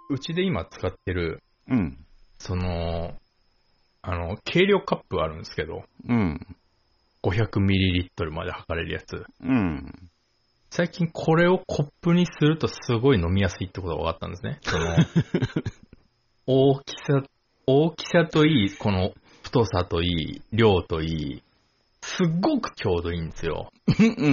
うちで今使ってる、 うん。 計量カップがあるんですけど、 うん。 500ml まで測れるやつ。 うん。 最近これをコップにするとすごい飲みやすいってことが分かったんですね。大きさといい、この太さといい、量といい、すっごくちょうどいいんですよ。 うんうんうん。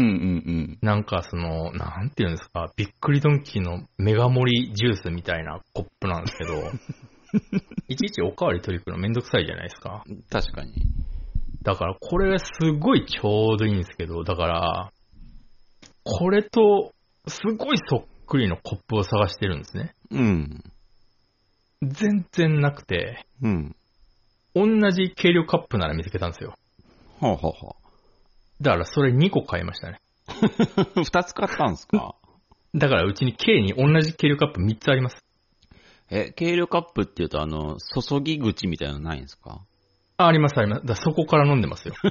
なんかなんていうんですか、びっくりドンキーのメガ盛りジュースみたいなコップなんですけど、いちいちおかわり取り来るのめんどくさいじゃないですか。 確かに。 だからこれすごいちょうどいいんですけど、だから、これとすごいそっくりのコップを探してるんですね。 うん。 全然なくて、 うん。 同じ計量カップなら見つけたんですよ。 ほうほうほだからそれ2個買いましたね。 う。2つ買ったんですか？ だからうちに計に同じ計量カップ3つあります。 計量カップって言うと注ぎ口みたいなのないんですか？ ありますあります。だからそこから飲んでますよ。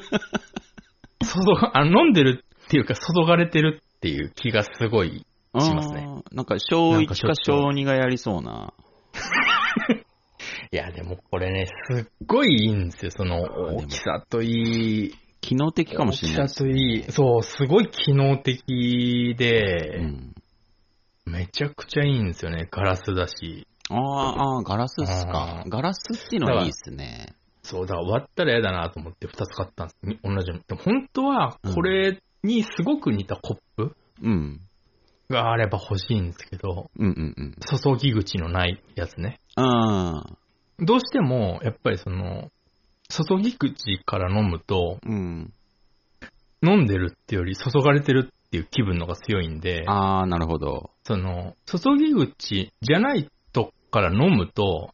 飲んでるっていうか注がれてるっていう気がすごいしますね。 なんか小1か小2がやりそうな。 いや、でもこれね、すっごいいいんですよ。大きさといい。 機能的かもしれないですね。 大きさといい。そう、すごい機能的で、 うん、 めちゃくちゃいいんですよね。ガラスだし。 ガラスっすか。ガラスっていうのはいいっすね。 そう、だから割ったら嫌だなと思って2つ買ったんです。同じように。でも本当は、これにすごく似たコップがあれば欲しいんですけど、注ぎ口のないやつね。どうしても、やっぱり注ぎ口から飲むと、飲んでるってより注がれてるっていう気分のが強いんで、 なるほど。 注ぎ口じゃないとこから飲むと、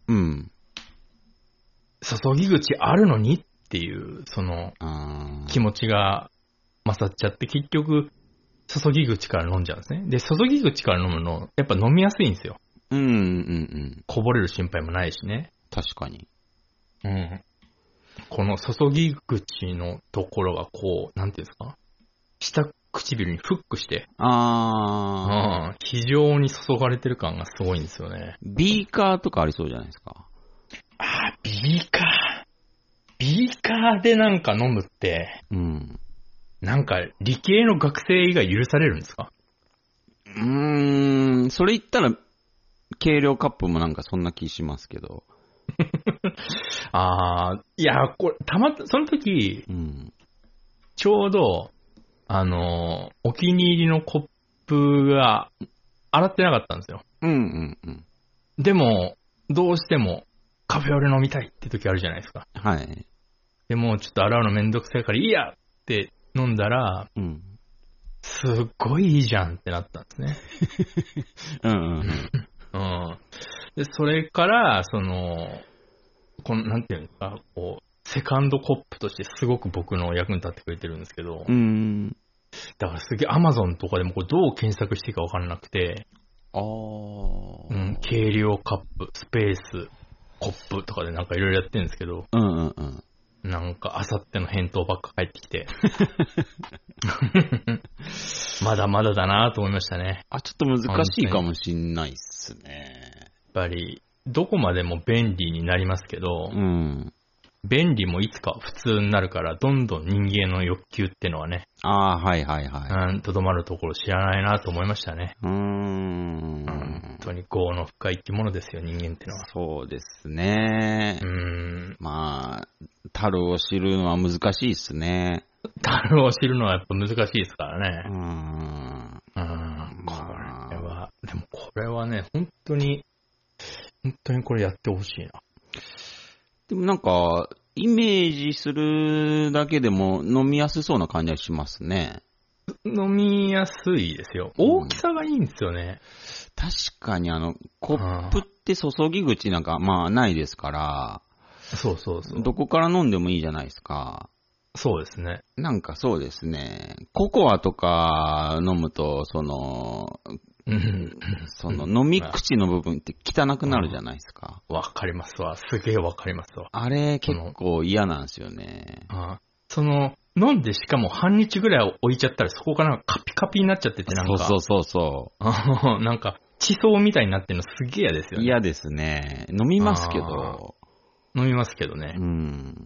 注ぎ口あるのにっていう、気持ちが勝っちゃって、結局、注ぎ口から飲んじゃうんですね。で、注ぎ口から飲むの、やっぱ飲みやすいんですよ。こぼれる心配もないしね。 確かに。 この注ぎ口のところがこう、なんていうんですか？下唇にフックして、非常に注がれてる感がすごいんですよね。 ビーカーとかありそうじゃないですか。 ビーカーでなんか飲むって、なんか理系の学生以外許されるんですか？ それ言ったら、計量カップもなんかそんな気しますけど。 いや、これ、その時、ちょうど、お気に入りのコップが洗ってなかったんですよ。でも、どうしてもカフェオレ飲みたいって時あるじゃないですか。 はい。 でも、ちょっと洗うのめんどくさいからいいやって飲んだら、すっごいいいじゃんってなったんですね。で、それから、なんていうんですか、こう、セカンドコップとしてすごく僕の役に立ってくれてるんですけど、だからすげえ Amazon とかでもこれどう検索していいかわかんなくて、計量カップ、スペース、コップとかでなんかいろいろやってるんですけど、なんかあさっての返答ばっか返ってきて、まだまだだなと思いましたね。 ちょっと難しいかもしんないっすね。 やっぱり、どこまでも便利になりますけど、便利もいつか普通になるから、どんどん人間の欲求ってのはね、とどまるところ知らないなと思いましたね。本当に業の深い生き物ですよ、人間ってのは。 そうですね。樽を知るのは難しいっすね。 樽を知るのはやっぱ難しいですからね。でもこれはね、本当にこれやってほしいな。 でもなんか、イメージするだけでも飲みやすそうな感じはしますね。 飲みやすいですよ。大きさがいいんですよね。 確かにコップって注ぎ口なんかないですから。 そう。 どこから飲んでもいいじゃないですか。 そうですね。 なんかそうですね。ココアとか飲むと、飲み口の部分って汚くなるじゃないですか。 わかりますわ。すげえわかりますわ。 あれ結構嫌なんですよね。 飲んでしかも半日ぐらい置いちゃったらそこからカピカピになっちゃっててなんか。 そう。 なんか地層みたいになってるのすげえ嫌ですよね。 嫌ですね。飲みますけど。 飲みますけどね。 うん。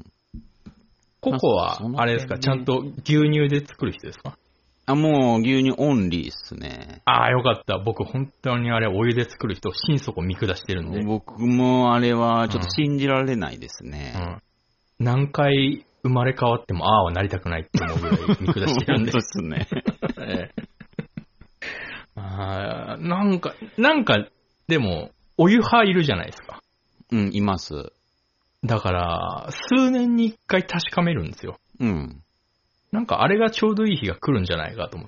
ココは、あれですか、ちゃんと牛乳で作る人ですか？ もう牛乳オンリーっすね。 よかった。僕本当にあれお湯で作る人、心底見下してるんで。 僕もあれはちょっと信じられないですね。 何回生まれ変わってもはなりたくないって思うぐらい見下してるんで。 そうですね。 なんか、でも、お湯派いるじゃないですか。 います。 だから、数年に一回確かめるんですよ。なんかあれがちょうどいい日が来るんじゃないかと思って。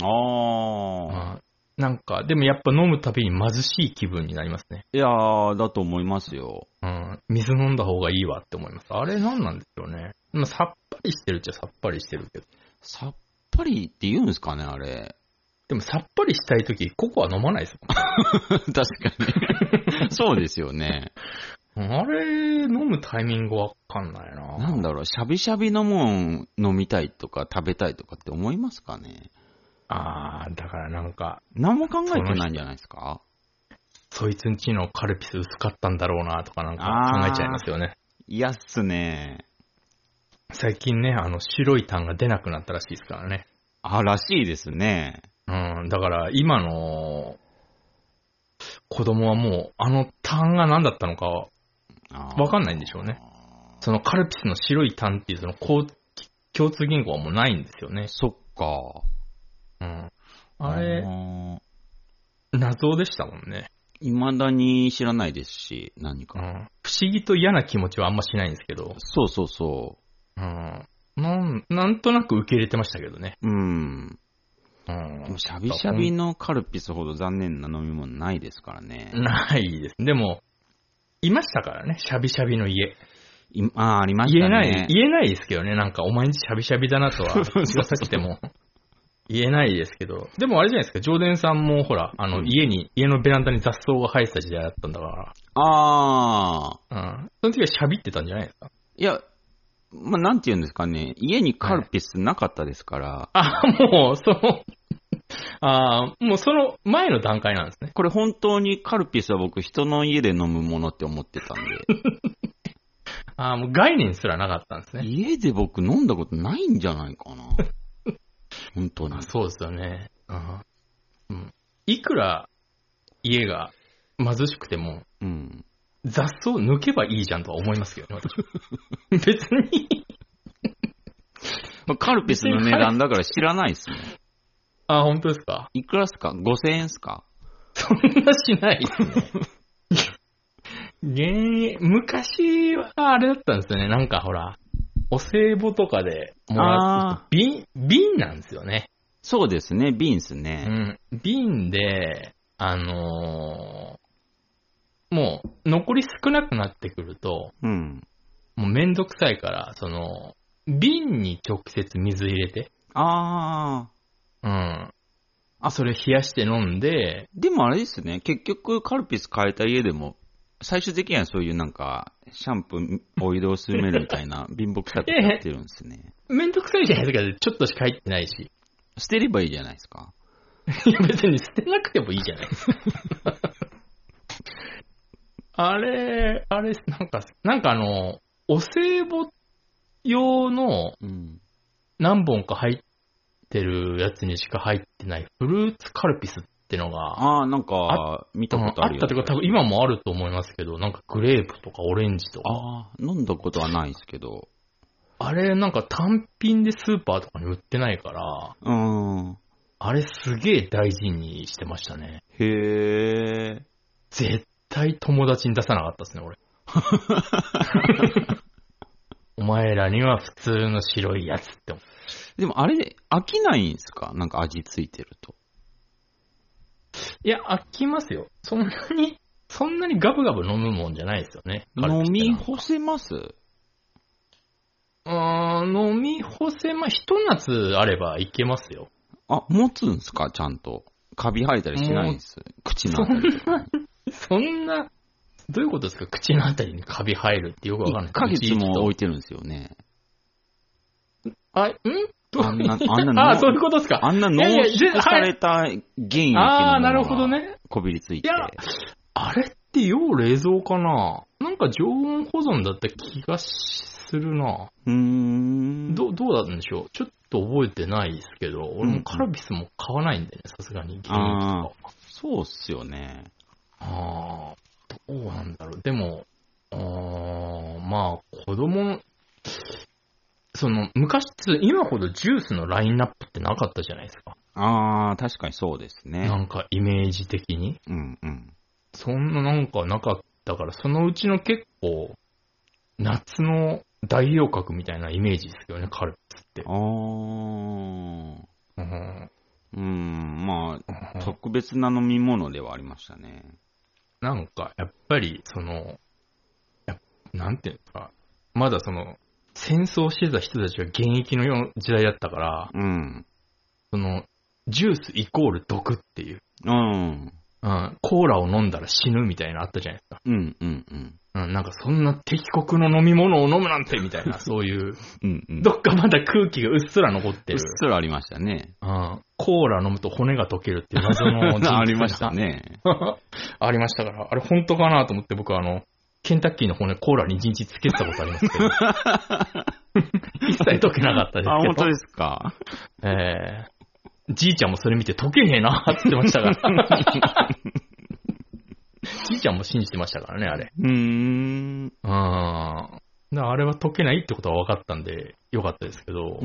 なんか、でもやっぱ飲むたびに貧しい気分になりますね。 いやー、だと思いますよ。 水飲んだ方がいいわって思います。あれ何なんですよね。さっぱりしてるっちゃさっぱりしてるけど。 さっぱりって言うんですかね、あれ。 でもさっぱりしたいとき、ココア飲まないですもん。 確かに。そうですよね。 あれ、飲むタイミングわかんないな。 なんだろう、しゃびしゃびのもん飲みたいとか食べたいとかって思いますかね。 だからなんか。 何も考えてないんじゃないですか？ そいつんちのカルピス薄かったんだろうなとかなんか考えちゃいますよね。 嫌っすね。 最近ね、白い炭が出なくなったらしいですからね。 らしいですね。 だから今の子供はもう炭が何だったのかわかんないんでしょうね。そのカルピスの白い炭っていうその共通言語はもうないんですよね。 そっか。 あれ、謎でしたもんね。 未だに知らないですし、何か。 不思議と嫌な気持ちはあんましないんですけど。 そうそうそう。 なんとなく受け入れてましたけどね。 でもシャビシャビのカルピスほど残念な飲み物ないですからね。 ないです。でも、いましたからね、シャビシャビの家。 ありましたね。 言えないですけどね、なんかお前んちシャビシャビだなとは言わさせても言えないですけど。でもあれじゃないですか、ジョーデンさんもほら、家のベランダに雑草が生えてた時代だったんだから。その時はシャビってたんじゃないですか？ いや、なんて言うんですかね、家にカルピスなかったですから。 もうその前の段階なんですね。 これ本当にカルピスは僕人の家で飲むものって思ってたんで。 もう概念すらなかったんですね。 家で僕飲んだことないんじゃないかな。本当に。 そうですよね。いくら家が貧しくても、雑草抜けばいいじゃんとは思いますけどね、私。別に。 カルピスの値段だから知らないっすね。 本当ですか？ いくらっすか？ 5000 円っすか？ そんなしないですね。昔はあれだったんですよね。なんかほら、お歳暮とかでもらって瓶なんですよね。 そうですね、瓶っすね。 瓶で、もう残り少なくなってくると、もうめんどくさいから、瓶に直接水入れて。それ冷やして飲んで。 でもあれですね、結局カルピス変えた家でも、最終的にはそういうなんか、シャンプー、お湯で薄めるみたいな貧乏くさくやってるんですね。 めんどくさいじゃないですか、ちょっとしか入ってないし。 捨てればいいじゃないですか。 いや別に捨てなくてもいいじゃないですか。あれ、なんかお歳暮用の何本か入ってるやつにしか入ってないフルーツカルピスってのが。 なんか、見たことあるよ。 あったというか多分今もあると思いますけど、なんかグレープとかオレンジとか。 飲んだことはないですけど。 あれなんか単品でスーパーとかに売ってないから。あれすげえ大事にしてましたね。 へー。 絶対友達に出さなかったですね、俺。お前らには普通の白いやつって思う。 でもあれ飽きないんですか？なんか味ついてると。 いや、飽きますよ。そんなにガブガブ飲むもんじゃないですよね。 飲み干せます？ 飲み干せひと夏あればいけますよ。 持つんすか？ちゃんと。カビ生えたりしないんです。口のあたりとか。 そんな、どういうことですか？口のあたりにカビ生えるってよくわかんない。 1ヶ月も置いてるんですよね。 あんなそういうことですか。 あんな濃縮された原液のものなるほどね。 こびりついて。 いや、あれって要冷蔵かな？なんか常温保存だった気がするな。どうだったんでしょう。ちょっと覚えてないですけど、俺もカルピスも買わないんでね、さすがに。 そうっすよね。 どうなんだろう。でも、まあ、子供、昔、今ほどジュースのラインナップってなかったじゃないですか。 確かにそうですね。 なんかイメージ的に。そんななんかなかったから、そのうちの結構、夏の代表格みたいなイメージですけどね、カルピスって。 まあ、特別な飲み物ではありましたね。 なんか、やっぱり、なんていうんですか、まだ戦争してた人たちが現役の時代だったから、ジュースイコール毒っていう。コーラを飲んだら死ぬみたいなのあったじゃないですか。なんかそんな敵国の飲み物を飲むなんてみたいな、そういう、どっかまだ空気がうっすら残ってる。 うっすらありましたね。 コーラ飲むと骨が溶けるっていう謎のありましたね。 ありましたから、あれ本当かなと思って僕ケンタッキーの骨コーラに一日つけてたことありますけど。一切溶けなかったですけど。 本当ですか？ じいちゃんもそれ見て溶けねえなって言ってましたから。じいちゃんも信じてましたからね、あれ。あれは溶けないってことは分かったんで、よかったですけど。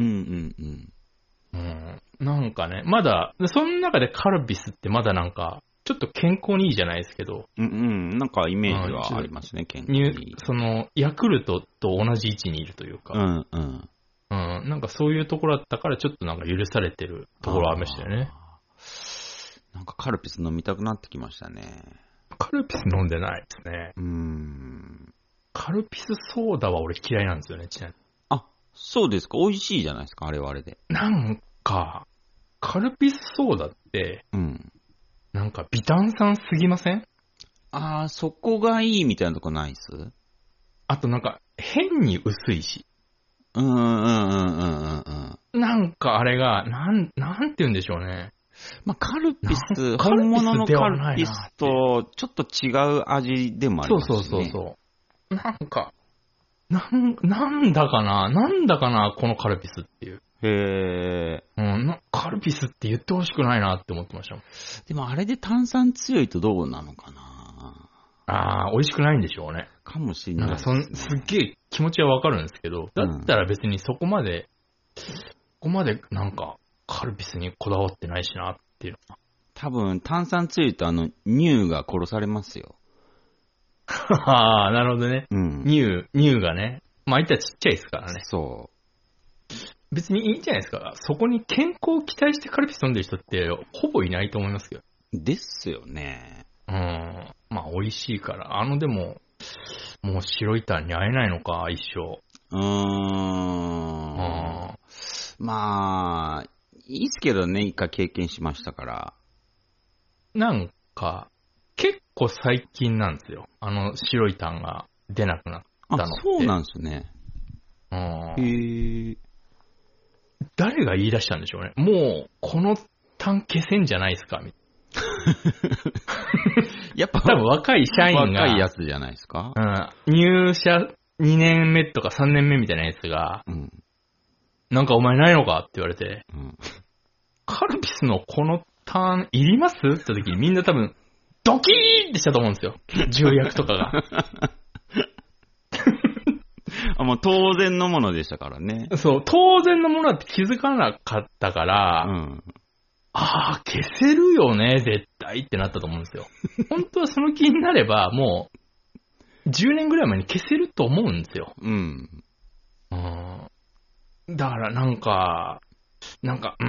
なんかね、まだ、その中でカルピスってまだなんか、ちょっと健康にいいじゃないですけど。 なんかイメージはありますね、健康に。 ヤクルトと同じ位置にいるというか。なんかそういうところだったからちょっとなんか許されてるところありましたよね。 なんかカルピス飲みたくなってきましたね。 カルピス飲んでないですね。カルピスソーダは俺嫌いなんですよね、ちなみに。 そうですか。美味しいじゃないですか、あれはあれで。 なんか、カルピスソーダって、なんか微炭酸すぎません？ そこがいいみたいなとこないっす？ あとなんか、変に薄いし。なんかあれが、なんて言うんでしょうね。 カルピス、本物のカルピスとちょっと違う味でもありますね。 そう。なんだかな、このカルピスっていう。カルピスって言ってほしくないなって思ってました。 でもあれで炭酸強いとどうなのかな？ 美味しくないんでしょうね。 かもしれないですね。 なんかすっげえ気持ちはわかるんですけど、だったら別にそこまでなんかカルピスにこだわってないしなっていうのは。 多分炭酸強いと乳が殺されますよ。 なるほどね。乳がね。まあ、言ったらちっちゃいですからね。 そう。 別にいいんじゃないですか。そこに健康を期待してカルピス飲んでる人ってほぼいないと思いますけど。 ですよね。 まあ、美味しいから。でも、もう白いタンに会えないのか、一生。 まあ、いいっすけどね、一回経験しましたから。 なんか、結構最近なんですよ。白いタンが出なくなったのって。 そうなんですね。 誰が言い出したんでしょうね。もう、このタン消せんじゃないですかみたいな。 やっぱ多分若い社員が。 若いやつじゃないですか？ 入社2年目とか3年目みたいなやつが、なんかお前ないのかって言われて、カルピスのこのターンいりますって言った時にみんな多分、ドキーってしたと思うんですよ。重役とかが。 もう当然のものでしたからね。 そう、当然のものだって気づかなかったから、消せるよね、絶対ってなったと思うんですよ。本当はその気になれば、もう、10年ぐらい前に消せると思うんですよ。だからなんか、で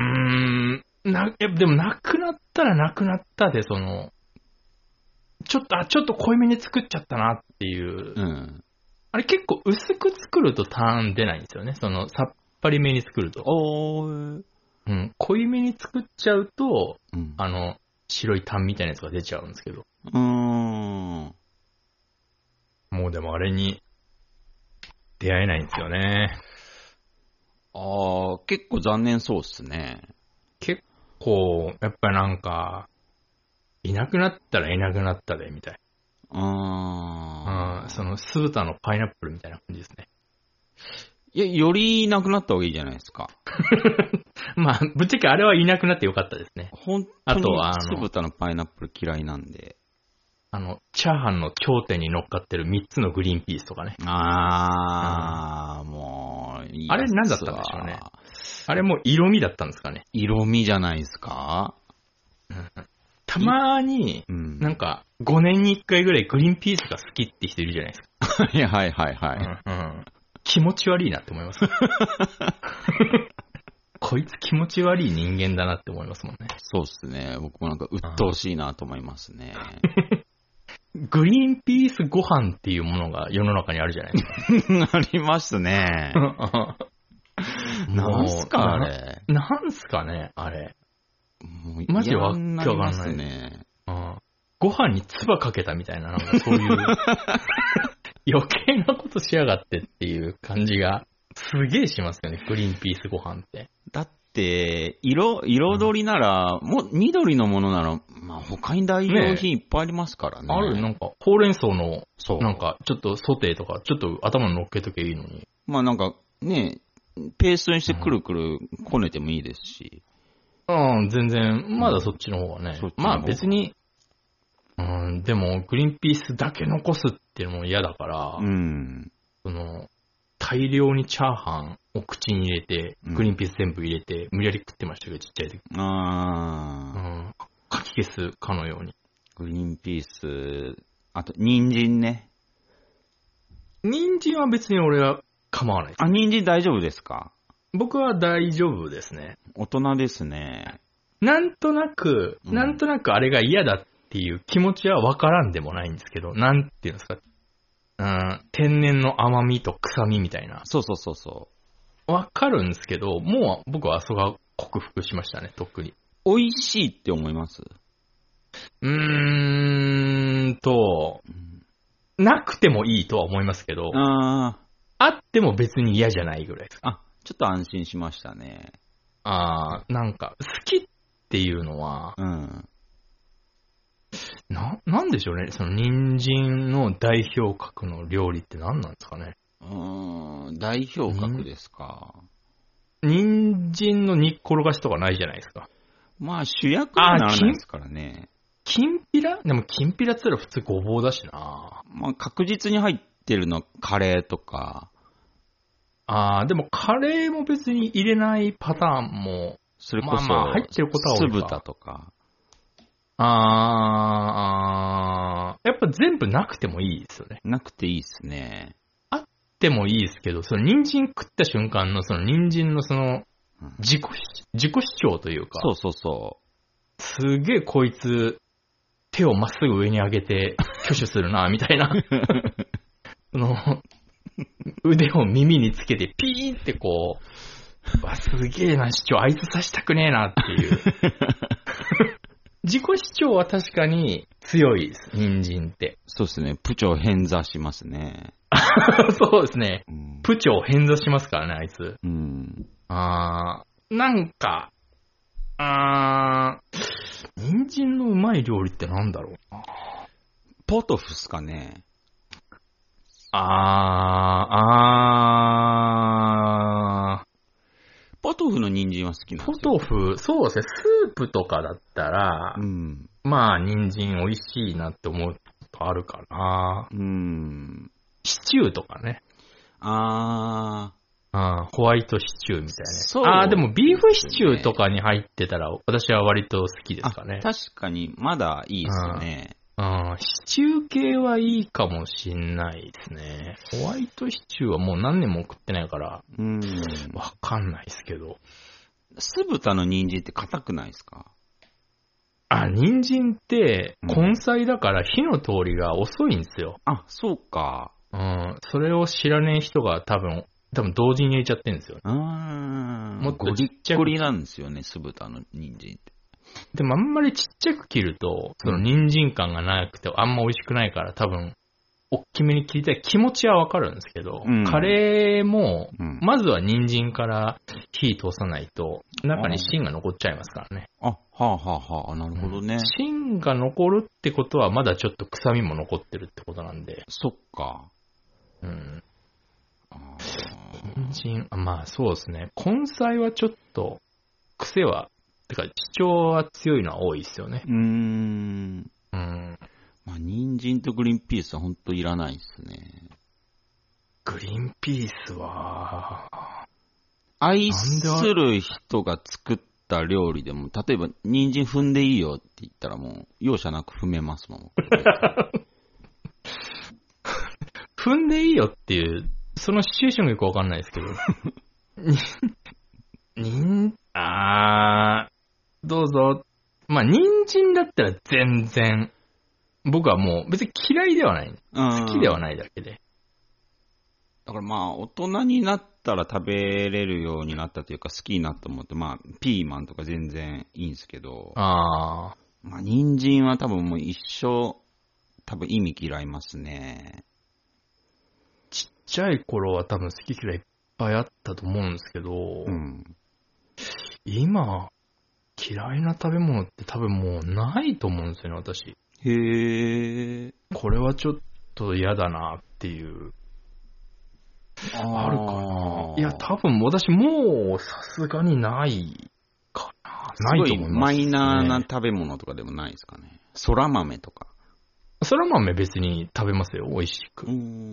もなくなったらなくなったで、ちょっと濃いめに作っちゃったなっていう。あれ結構薄く作るとターン出ないんですよね。さっぱりめに作ると。濃いめに作っちゃうと、白いタンみたいなやつが出ちゃうんですけど。もうでもあれに出会えないんですよね。 結構残念そうっすね。 結構、やっぱなんか、いなくなったらいなくなったで、みたいな。その、酢豚のパイナップルみたいな感じですね。 いや、よりいなくなった方がいいじゃないですか。 まあ、ぶっちゃけあれはいなくなってよかったですね。 本当に酢豚のパイナップル嫌いなんで。 チャーハンの頂点に乗っかってる3つのグリーンピースとかね。 もう、いいあれ何だったんでしょうね。あれもう色味だったんですかね。 色味じゃないですか、 たまに、なんか、5年に1回ぐらいグリーンピースが好きって人いるじゃないですか。 いや、はいはいはい。 気持ち悪いなって思います。こいつ気持ち悪い人間だなって思いますもんね。 そうっすね。僕もなんか鬱陶しいなと思いますね。 グリーンピースご飯っていうものが世の中にあるじゃないですか。 ありますね。なんすかあれ。 なんすかねあれ。 もマジわけわかんない。 ね。 ご飯に唾かけたみたいな、なんかそういう余計なことしやがってっていう感じがすげえしますよね、グリーンピースご飯って。 だって、彩りなら、もう緑のものなら、まあ他に代用品いっぱいありますからね。 ある、なんか、ほうれん草の、なんか、ちょっとソテーとか、ちょっと頭に乗っけときゃいいのに。 まあなんか、ね、ペーストにしてくるくるこねてもいいですし。 全然、まだそっちの方がね。まあ別に、でも、グリーンピースだけ残すっていうのも嫌だから、大量にチャーハンを口に入れて、グリーンピース全部入れて、無理やり食ってましたけど、ちっちゃい時。かき消すかのように。 グリーンピース、あと、人参ね。 人参は別に俺は構わないです。 人参大丈夫ですか？ 僕は大丈夫ですね。 大人ですね。 なんとなくあれが嫌だっていう気持ちはわからんでもないんですけど、なんていうんですか。天然の甘みと臭みみたいな。 そうわかるんですけど、もう僕はそこが克服しましたね、とっくに。 美味しいって思います？ なくてもいいとは思いますけど、あっても別に嫌じゃないぐらいです。 ちょっと安心しましたね。 なんか、好きっていうのは、なんでしょうね、その人参の代表格の料理って何なんですかね。 代表格ですか。 人参の煮っ転がしとかないじゃないですか。 まあ主役にならないですからね。 きんぴら？でもきんぴらって言ったら普通ごぼうだしな。 まあ確実に入ってるのカレーとか。 でもカレーも別に入れないパターンも、 それこそ、 入ってることは多いか。 酢豚とか。 やっぱ全部なくてもいいですよね。 なくていいですね。 あってもいいですけど、その人参食った瞬間のその人参のその自己主張というか。すげえこいつ手をまっすぐ上に上げて挙手するな、みたいな。その腕を耳につけてピーってこう、すげえな主張、あいつ刺したくねえなっていう。自己主張は確かに強いです、人参って。 そうですね、プチョ偏座しますね。 そうですね、プチョ偏座しますからね、あいつ。なんか、人参のうまい料理ってなんだろうな。 ポトフっすかね。ポトフの人参は好きなんですよ。 ポトフ、そうですね、スープとかだったら、まあ、人参美味しいなって思うことあるかな。シチューとかね。ホワイトシチューみたいな。でもビーフシチューとかに入ってたら、私は割と好きですかね。 確かに、まだいいですよね。 シチュー系はいいかもしんないですね。ホワイトシチューはもう何年も食ってないから、わかんないですけど。 酢豚の人参って硬くないですか？ 人参って根菜だから火の通りが遅いんですよ。 そうか。 それを知らねえ人が多分同時に入れちゃってるんですよ。 もっとちっちゃくなんですよね、酢豚の人参って。 でもあんまりちっちゃく切ると、その人参感がなくてあんま美味しくないから多分、 大きめに切りたい気持ちはわかるんですけど、カレーも、まずは人参から火通さないと、中に芯が残っちゃいますからね。 はあはあはあ、なるほどね。 芯が残るってことは、まだちょっと臭みも残ってるってことなんで。 そっか。 人参、まあそうですね。根菜はちょっと、癖は、てか主張は強いのは多いですよね。 まあ、人参とグリーンピースは本当いらないですね。 グリーンピースは、 愛する人が作った料理でも、例えば人参踏んでいいよって言ったらもう容赦なく踏めますもん。 踏んでいいよっていう、そのシチュエーションがよくわかんないですけど。どうぞ。まあ、人参だったら全然、僕はもう別に嫌いではない。好きではないだけで。 だからまあ、大人になったら食べれるようになったというか、好きになったと思って、まあ、ピーマンとか全然いいんですけど、まあ、人参は多分もう一生、多分意味嫌いますね。 ちっちゃい頃は多分好き嫌いいっぱいあったと思うんですけど、今、嫌いな食べ物って多分もうないと思うんですよね、私。これはちょっと嫌だなっていう。あるかな。いや、多分私もうさすがにないかな。ないと思います、ね。 マイナーな食べ物とかでもないですかね。そら豆とか。 そら豆別に食べますよ、美味しく。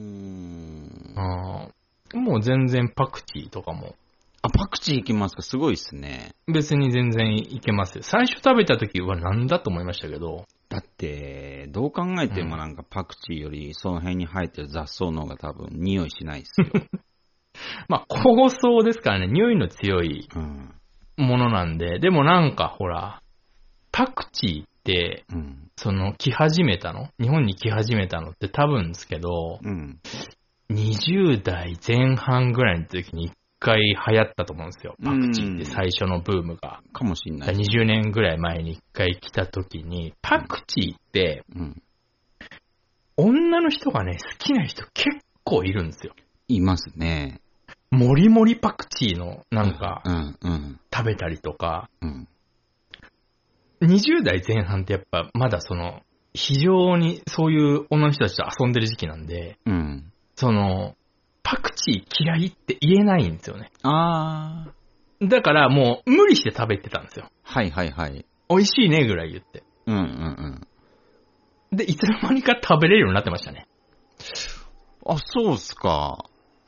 もう全然パクチーとかも。 パクチーいけますか？すごいっすね。 別に全然いけますよ。最初食べた時はなんだと思いましたけど。 だって、どう考えてもなんかパクチーよりその辺に生えてる雑草の方が多分匂いしないっすよ。 まあ、香草ですからね、匂いの強いものなんで、でもなんかほら、パクチーって、その来始めたの？日本に来始めたのって多分ですけど、20代前半ぐらいの時に一回流行ったと思うんですよ。パクチーって最初のブームが。 かもしれない。 20年ぐらい前に一回来た時に、パクチーって、女の人がね、好きな人結構いるんですよ。 いますね。 もりもりパクチーのなんか、食べたりとか、20代前半ってやっぱまだその、非常にそういう女の人たちと遊んでる時期なんで、その、パクチー嫌いって言えないんですよね。だからもう無理して食べてたんですよ。 はいはいはい。 美味しいねぐらい言って。で、いつの間にか食べれるようになってましたね。 そうっすか。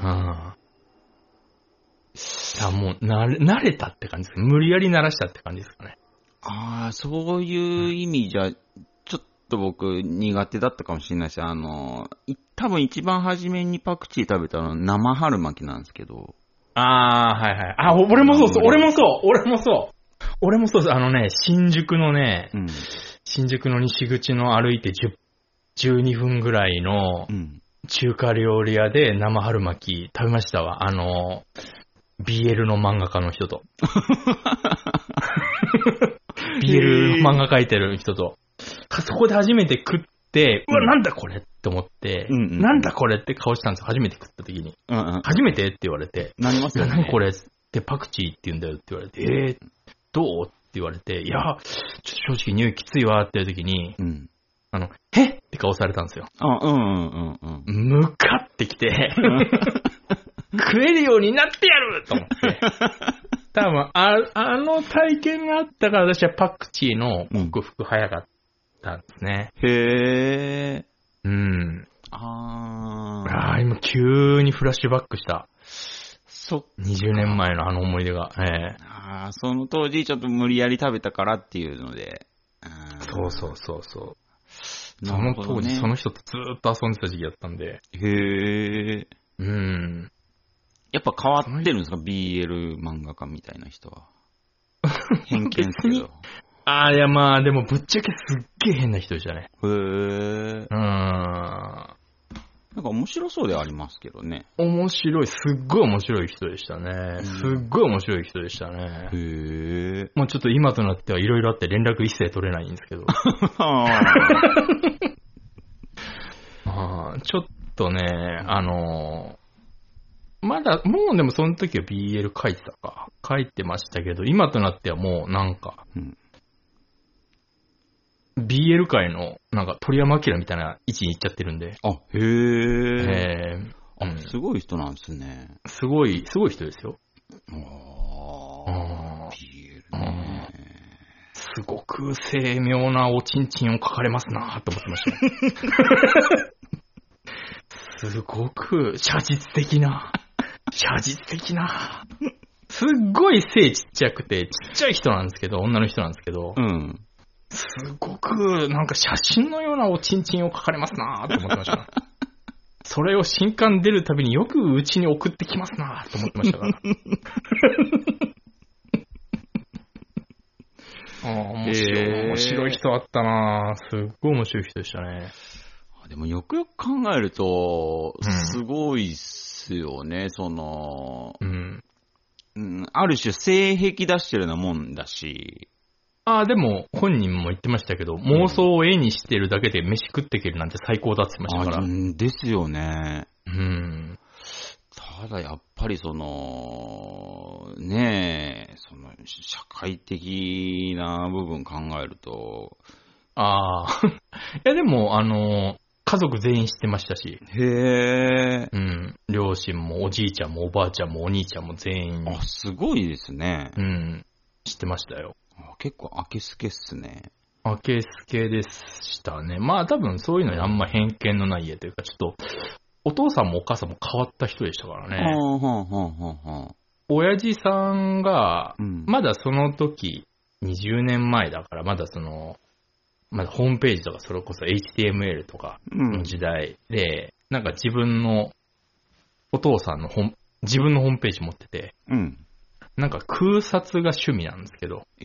もう慣れたって感じです。無理やり慣らしたって感じですかね。 そういう意味じゃ、ちょっと僕苦手だったかもしれないし、多分一番初めにパクチー食べたのは生春巻きなんですけど。 はいはい。俺もそうです。俺もそうです。新宿のね、新宿の西口の歩いて12分ぐらいの中華料理屋で生春巻き食べましたわ。BL の漫画家の人と。BL の漫画描いてる人と。そこで初めて食って、うわ、なんだこれって思って、なんだこれって顔したんですよ。初めて食った時に。初めてって言われて。 なりますよね。 何これってパクチーって言うんだよって言われて、どうって言われて、いや、ちょっと正直匂いきついわっていう時に、へっって顔されたんですよ。ムカってきて、食えるようになってやると思って。多分、あの体験があったから私はパクチーの克服早かったんですね。今急にフラッシュバックした。20年前のあの思い出が。 その当時ちょっと無理やり食べたからっていうので。 そう。その当時、その人とずーっと遊んでた時期だったんで。 やっぱ変わってるんですか BL 漫画家みたいな人は。偏見ですけど。 いやまあ、でもぶっちゃけすっげえ変な人でしたね。 なんか面白そうではありますけどね。 面白い、すっごい面白い人でしたね。すっごい面白い人でしたね。もうちょっと今となってはいろいろあって連絡一切取れないんですけど。 ちょっとね、まだ、もうでもその時は BL 書いてたか。書いてましたけど、今となってはもうなんか、BL 界のなんか鳥山明みたいな位置に行っちゃってるんで。 あ、へえ。すごい人なんですね。 すごい人ですよ。 BL ね。 すごく精妙なおちんちんを書かれますなと思ってました。すごく写実的な。すっごい背ちっちゃくて、ちっちゃい人なんですけど、女の人なんですけど、すごくなんか写真のようなおちんちんを書かれますなと思ってました。それを新刊出るたびによくうちに送ってきますなと思ってましたから。面白い人だったなすっごい面白い人でしたね。 でもよくよく考えると、すごいっすよね、ある種性癖出してるようなもんだし。 でも本人も言ってましたけど、妄想を絵にしてるだけで飯食っていけるなんて最高だって言ってましたから。 ですよね。 ただやっぱりねえ、社会的な部分考えると。 いやでも家族全員知ってましたし。 へー。両親もおじいちゃんもおばあちゃんもお兄ちゃんも全員。 すごいですね。 知ってましたよ。 結構明けすけっすね。 明けすけでしたね。まあ多分そういうのにあんま偏見のない家というか、ちょっと、お父さんもお母さんも変わった人でしたからね。親父さんが、まだその時、20年前だから、まだまだホームページとかそれこそ HTML とかの時代で、なんか自分のお父さんの自分のホームページ持ってて、なんか空撮が趣味なんですけど、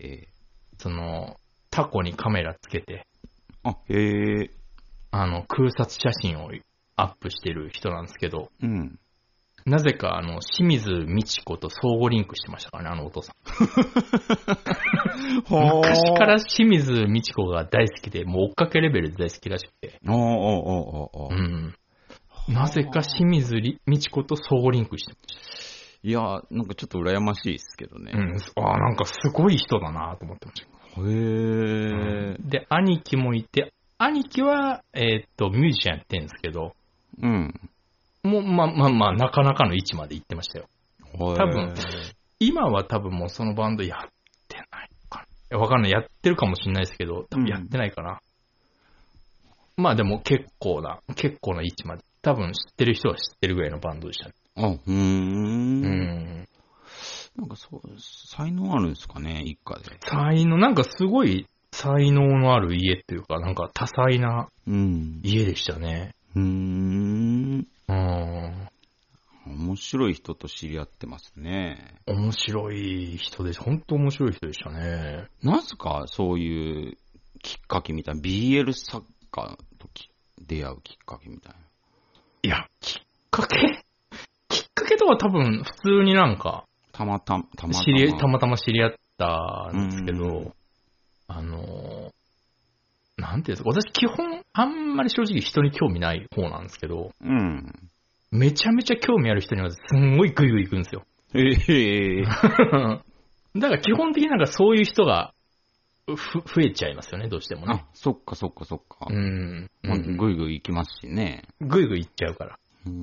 タコにカメラつけて、空撮写真をアップしてる人なんですけど、なぜか清水美智子と相互リンクしてましたからね、お父さん。昔から清水美智子が大好きで、もう追っかけレベルで大好きらしくて。なぜか清水美智子と相互リンクしてました。 いや、なんかちょっと羨ましいですけどね。 なんかすごい人だなと思ってました。で、兄貴もいて、兄貴は、ミュージシャンやってるんですけど、もう、まあ、なかなかの位置まで行ってましたよ。多分、今は多分もうそのバンドやってないかな。わかんない。やってるかもしれないですけど、多分やってないかな。まあでも結構な位置まで。多分知ってる人は知ってるぐらいのバンドでしたね。 なんか才能あるんですかね、一家で。 なんかすごい才能のある家っていうか、なんか多彩な家でしたね。 面白い人と知り合ってますね。 面白い人です。本当面白い人でしたね。 なんすか、そういうきっかけみたいな。BL 作家と出会うきっかけみたいな。 いや、きっかけとは多分普通になんか、 たまたま知り合ったんですけど、なんていうんですか、私基本あんまり正直人に興味ない方なんですけど、めちゃめちゃ興味ある人にはすんごいグイグイ行くんですよ。だから基本的になんかそういう人が増えちゃいますよね、どうしてもね。 そっか。グイグイ行きますしね。 グイグイ行っちゃうから。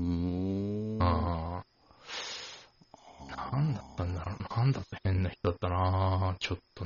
なんだったんだろう。なんだと変な人だったなちょっと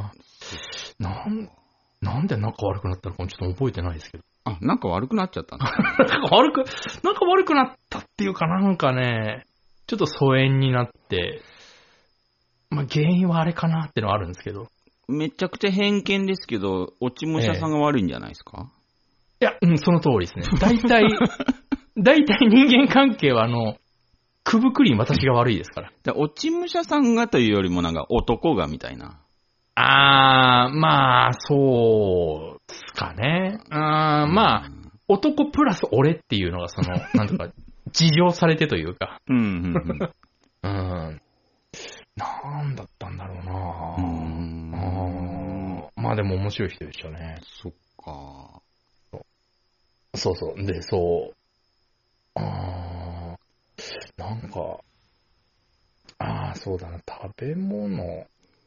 なんで仲悪くなったのかもちょっと覚えてないですけど。 仲悪くなっちゃったんだ。 なんか悪くなったっていうかなんかね、ちょっと疎遠になって、まあ原因はあれかなってのはあるんですけど。 めちゃくちゃ偏見ですけど、落ち武者さんが悪いんじゃないですか？ いや、その通りですね。大体人間関係はくぶくり私が悪いですから。 落ち武者さんがというよりもなんか男がみたいな。 まあ、そうですかね。まあ、男プラス俺っていうのがなんとか、事情されてというか。なんだったんだろうなまあでも面白い人でしたね。 そっか。 そうそう。で、そう。なんか、そうだな、食べ物。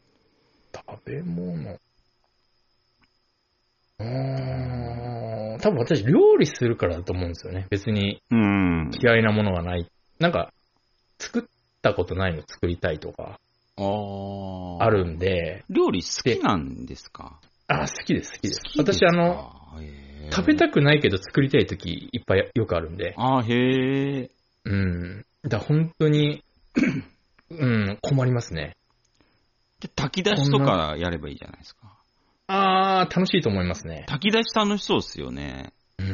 多分私料理するからだと思うんですよね。別に嫌いなものがない。なんか、作ったことないの作りたいとか、あるんで。 料理好きなんですか？ 好きです。私食べたくないけど作りたいときいっぱいよくあるんで。 へえ。 本当に、困りますね。 で、炊き出しとかやればいいじゃないですか。 楽しいと思いますね。 炊き出し楽しそうっすよね。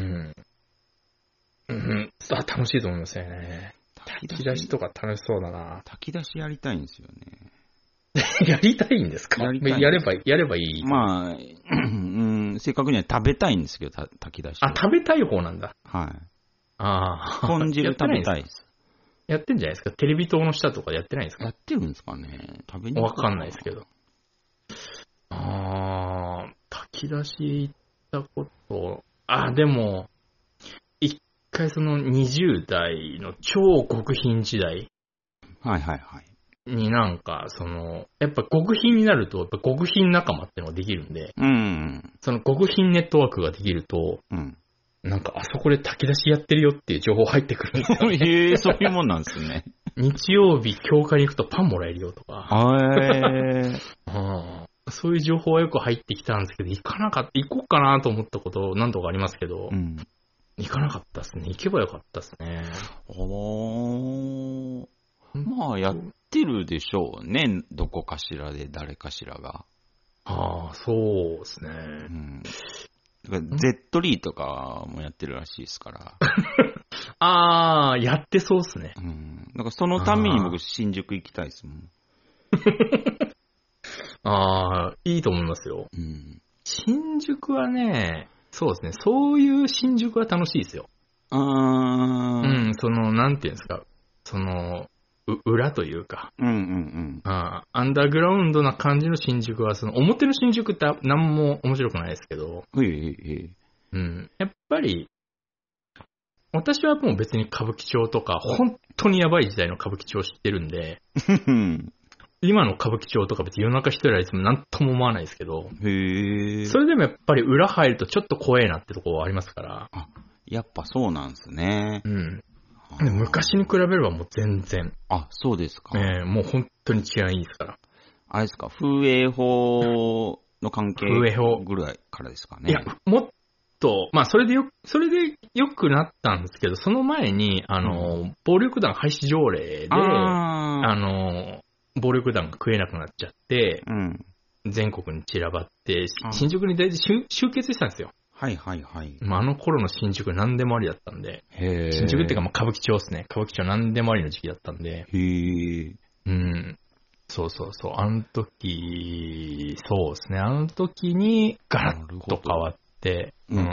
楽しいと思いますよね。炊き出しとか楽しそうだな。 炊き出しやりたいんですよね。 やりたいんですか？やればいい。 まあ、正確には食べたいんですけど、炊き出し。 食べたい方なんだ。 はい。豚汁食べたいです。 やってんじゃないですか？テレビ塔の下とかやってないんですか？ やってるんですかね？食べにわかんないですけど。炊き出し行ったこと、でも、一回その20代の超極貧時代。になんか、やっぱ極貧になると、やっぱ極貧仲間ってのができるんで、その極貧ネットワークができると、なんかあそこで炊き出しやってるよっていう情報入ってくるんですよ、 ね。そういうもんなんですね。 日曜日、教会に行くとパンもらえるよとか。そういう情報はよく入ってきたんですけど、行こうかなと思ったこと何度かありますけど、行かなかったですね。行けばよかったですね。 まあ、やってるでしょうね。どこかしらで、誰かしらが。 そうですね。 ゼットリーとかもやってるらしいですから。 やってそうですね。 だからそのために僕、新宿行きたいですもん。 いいと思いますよ。新宿はね、そうですね。そういう新宿は楽しいですよ。なんていうんですか。裏というか。アンダーグラウンドな感じの新宿は、表の新宿って何も面白くないですけど。やっぱり、私はもう別に歌舞伎町とか、本当にやばい時代の歌舞伎町知ってるんで、今の歌舞伎町とか別に夜中一人はいつも何とも思わないですけど、それでもやっぱり裏入るとちょっと怖いなってところはありますから。 やっぱそうなんですね。 昔に比べればもう全然。 そうですか。 もう本当に治安いいですから。 あれですか、風営法の関係ぐらいからですかね。 いや、もっと、それでよくなったんですけど、その前に、暴力団廃止条例で、暴力団が食えなくなっちゃって、全国に散らばって、新宿に大体集結したんですよ。あの頃の新宿何でもありだったんで、新宿っていうか歌舞伎町ですね。歌舞伎町何でもありの時期だったんで、そう。あの時、そうですね。あの時にガラッと変わって、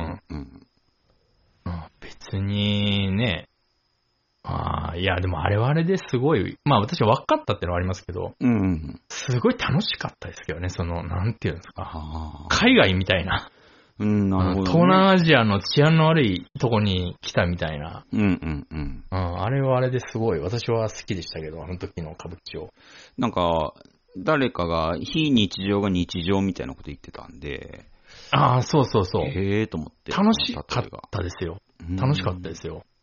別にね、いや、でもあれはあれですごい、私は分かったってのはありますけど、すごい楽しかったですけどね、なんていうんですか、海外みたいな。東南アジアの治安の悪いとこに来たみたいな。あれはあれですごい、私は好きでしたけど、あの時の歌舞伎町。 なんか、誰かが非日常が日常みたいなこと言ってたんで。 そう。 へえと思って。 楽しかったですよ。楽しかったですよ。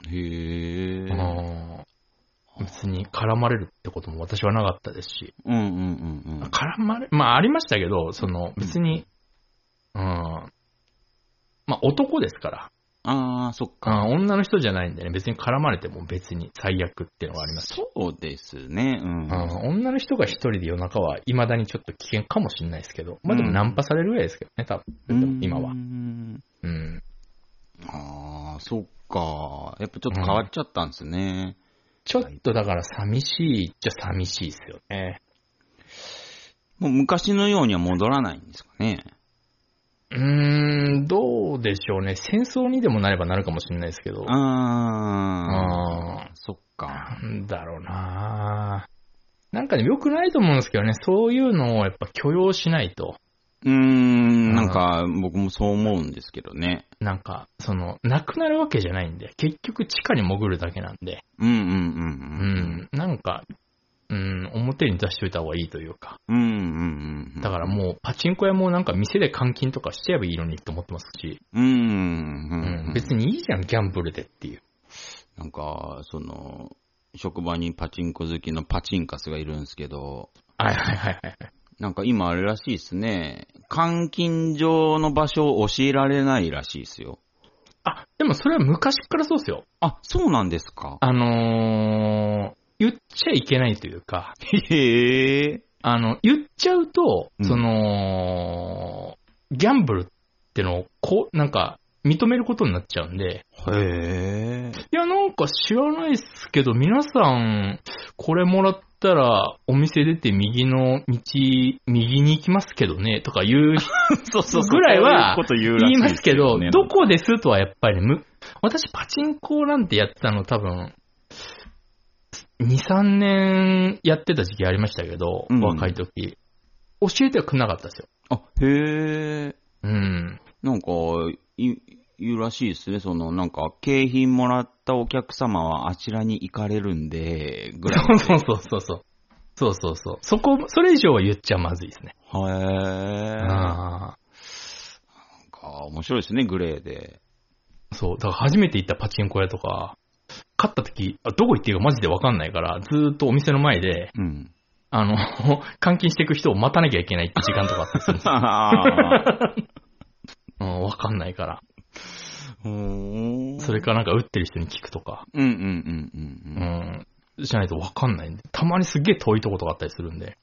別に絡まれるってことも私はなかったですし。絡まれ、ありましたけど、別に、男ですから。 そっか。 女の人じゃないんでね、別に絡まれても別に最悪っていうのがあります。 そうですね。 女の人が一人で夜中は未だにちょっと危険かもしれないですけど、でもナンパされるぐらいですけどね、多分。今は。 そっか。やっぱちょっと変わっちゃったんですね。 ちょっとだから寂しいっちゃ寂しいですよね。 もう昔のようには戻らないんですかね。 どうでしょうね。戦争にでもなればなるかもしれないですけど。 そっか。 なんだろうな。なんかね、良くないと思うんですけどね、そういうのをやっぱ許容しないと。 なんか、僕もそう思うんですけどね。 なんか、なくなるわけじゃないんで、結局地下に潜るだけなんで。なんか、表に出しといた方がいいというか。だからもう、パチンコ屋もなんか店で換金とかしちゃえばいいのにって思ってますし。別にいいじゃん、ギャンブルでっていう。 なんか、職場にパチンコ好きのパチンカスがいるんですけど。 はい。 なんか今あれらしいですね。監禁場の場所を教えられないらしいですよ。 あ、でもそれは昔からそうですよ。 あ、そうなんですか。 言っちゃいけないというか。 へえ。 言っちゃうと、ギャンブルってのを、なんか、認めることになっちゃうんで。 へえ。 いや、なんか知らないっすけど、皆さん、これもらったら、お店出て右の道、右に行きますけどね、とか言うぐらいは言いますけど、どこですとはやっぱり私パチンコなんてやってたの多分、2、3年やってた時期ありましたけど、若い時。教えてはくれなかったですよ。 あ、へえ。なんか、言うらしいですね。なんか、景品もらったお客様はあちらに行かれるんで、ぐらい。 そう。それ以上は言っちゃまずいですね。 へえ。なんか、面白いですね、グレーで。 そう。だから初めて行ったパチンコ屋とか、勝った時、どこ行っていいかマジでわかんないから、ずーっとお店の前で、監禁していく人を待たなきゃいけないって時間とかあったりするんですよ。わかんないから。それからなんか打ってる人に聞くとか。じゃないとわかんないんで。たまにすっげえ遠いとことかあったりするんで。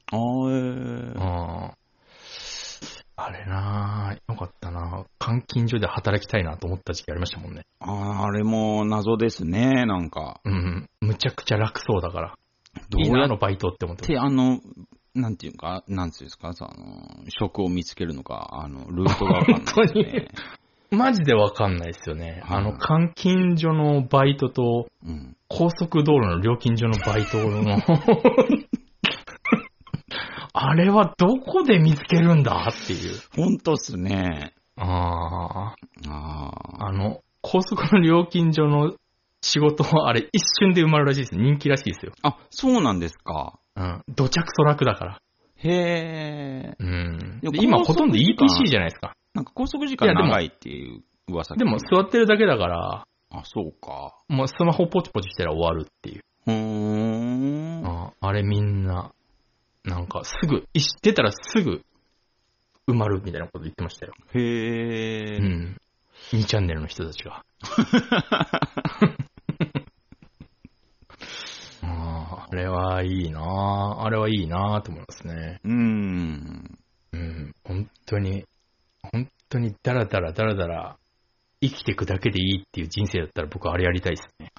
あれなぁ、よかったなぁ。監禁所で働きたいなと思った時期ありましたもんね。 あれも謎ですね、なんか。 むちゃくちゃ楽そうだから。どうやのバイトって思って。 なんていうか、なんていうんですか、職を見つけるのか、ルートがわかんないですね。本当に。 マジでわかんないですよね。監禁所のバイトと、高速道路の料金所のバイトの、あれはどこで見つけるんだっていう。 本当っすね。 高速の料金所の仕事はあれ一瞬で埋まるらしいです。人気らしいですよ。 あ、そうなんですか。 土着そ楽だから。 へー。今ほとんど ETC じゃないですか。 なんか高速時間長いっていう噂。 でも座ってるだけだから。 あ、そうか。 もうスマホポチポチしたら終わるっていう。あれみんな、なんか出たらすぐ埋まるみたいなこと言ってましたよ。 へー。 2チャンネルの人たちが。あれはいいなぁ。あれはいいなぁと思いますね。本当にダラダラ生きていくだけでいいっていう人生だったら僕はあれやりたいですね。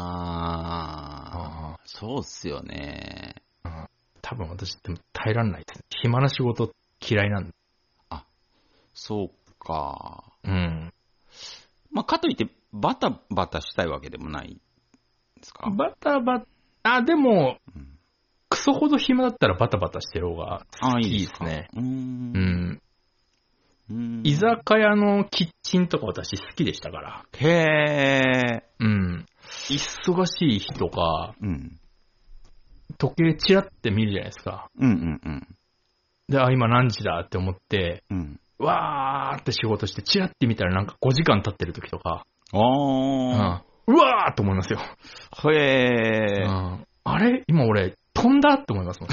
そうっすよね。 多分私って耐えらんないですね。暇な仕事嫌いなんで。 あ、そうか。 まあ、かといってバタバタしたいわけでもないですか？ でも、クソほど暇だったらバタバタしてる方がいいですね。居酒屋のキッチンとか私好きでしたから。 へー。 忙しい日とか、時計チラって見るじゃないですか。で、今何時だって思って、わーって仕事してチラって見たらなんか5時間経ってる時とか、うわーって思いますよ。 へー。 あれ今俺飛んだって思いますもん。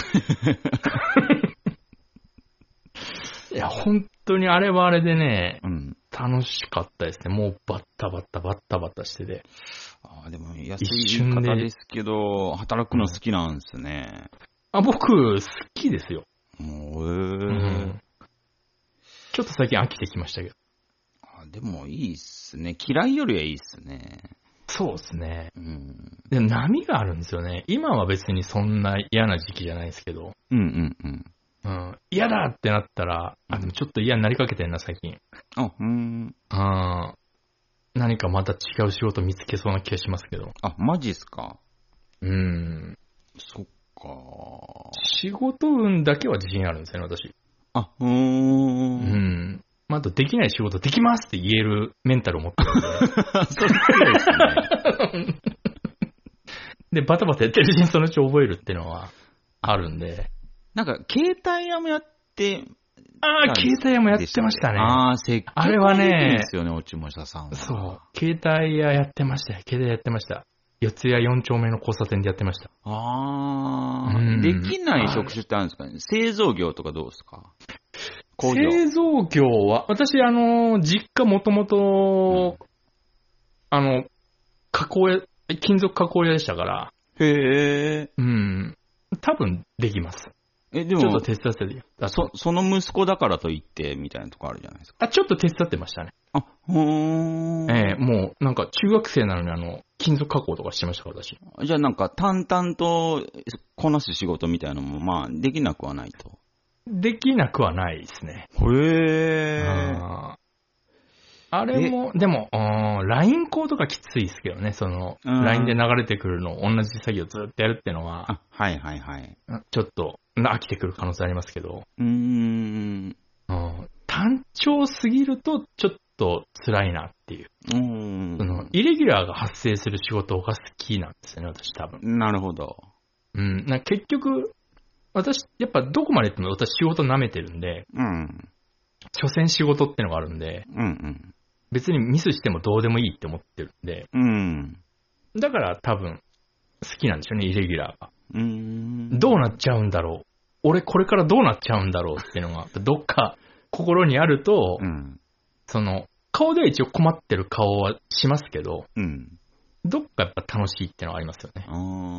いや、本当にあれはあれでね、楽しかったですね。もうバッタバタしてて。 でも安い言い方ですけど、働くの好きなんですね。 僕、好きですよ。ちょっと最近飽きてきましたけど。 でもいいっすね。嫌いよりはいいっすね。 そうですね。でも波があるんですよね。今は別にそんな嫌な時期じゃないですけど。嫌だってなったら、でもちょっと嫌になりかけてんな、最近。何かまた違う仕事見つけそうな気がしますけど。 マジっすか？そっか。 仕事運だけは自信あるんですよね、私。 あ、 うん。まあ、あとできない仕事できますって言えるメンタルを持ってるんで。 それ強いですね。 で、バタバタやってるうちにそのうち覚えるっていうのはあるんで。 なんか、携帯屋もやって、 携帯屋もやってましたね。 あれはね、ですよね、落ちさんは。 そう。携帯屋やってましたよ。携帯やってました。四谷4丁目の交差点でやってました。 できない職種ってあるんですかね。製造業とかどうですか？ 製造業は、私、実家もともと、金属加工屋でしたから。 へー。多分できます。でも、ちょっと手伝ってるよ。 その息子だからと言って、みたいなとこあるじゃないですか。 ちょっと手伝ってましたね。もう、なんか、中学生なのに、金属加工とかしてましたから、私。 じゃあなんか、淡々とこなす仕事みたいなのも、まあ、できなくはないと。 できなくはないですね。あれも、でも、LINE コードがきついですけどね、LINE で流れてくるのを同じ作業ずっとやるっていうのは、 はいはいはい。 ちょっと飽きてくる可能性ありますけど、単調すぎるとちょっと辛いなっていう。イレギュラーが発生する仕事が好きなんですよね、私多分。 なるほど。 結局、私、やっぱどこまで行っても私仕事舐めてるんで、所詮仕事ってのがあるんで、別にミスしてもどうでもいいって思ってるんで、だから多分好きなんでしょうね、イレギュラーが。どうなっちゃうんだろう。俺これからどうなっちゃうんだろうっていうのが、どっか心にあると、顔では一応困ってる顔はしますけど、どっかやっぱ楽しいっていうのはありますよね。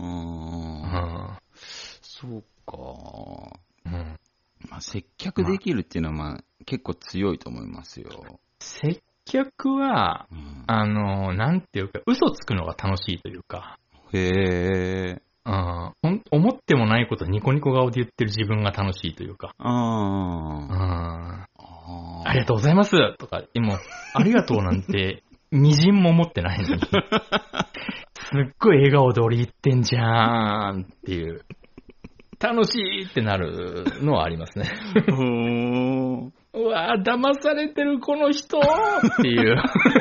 そうか。まあ、接客できるっていうのは、まあ、結構強いと思いますよ。 接客は、なんていうか、嘘つくのが楽しいというか。 へー。思ってもないことニコニコ顔で言ってる自分が楽しいというか。ありがとうございますとか、今、ありがとうなんて、みじんも思ってないのに。すっごい笑顔で俺言ってんじゃーんっていう。楽しいってなるのはありますね。うわぁ、騙されてるこの人っていう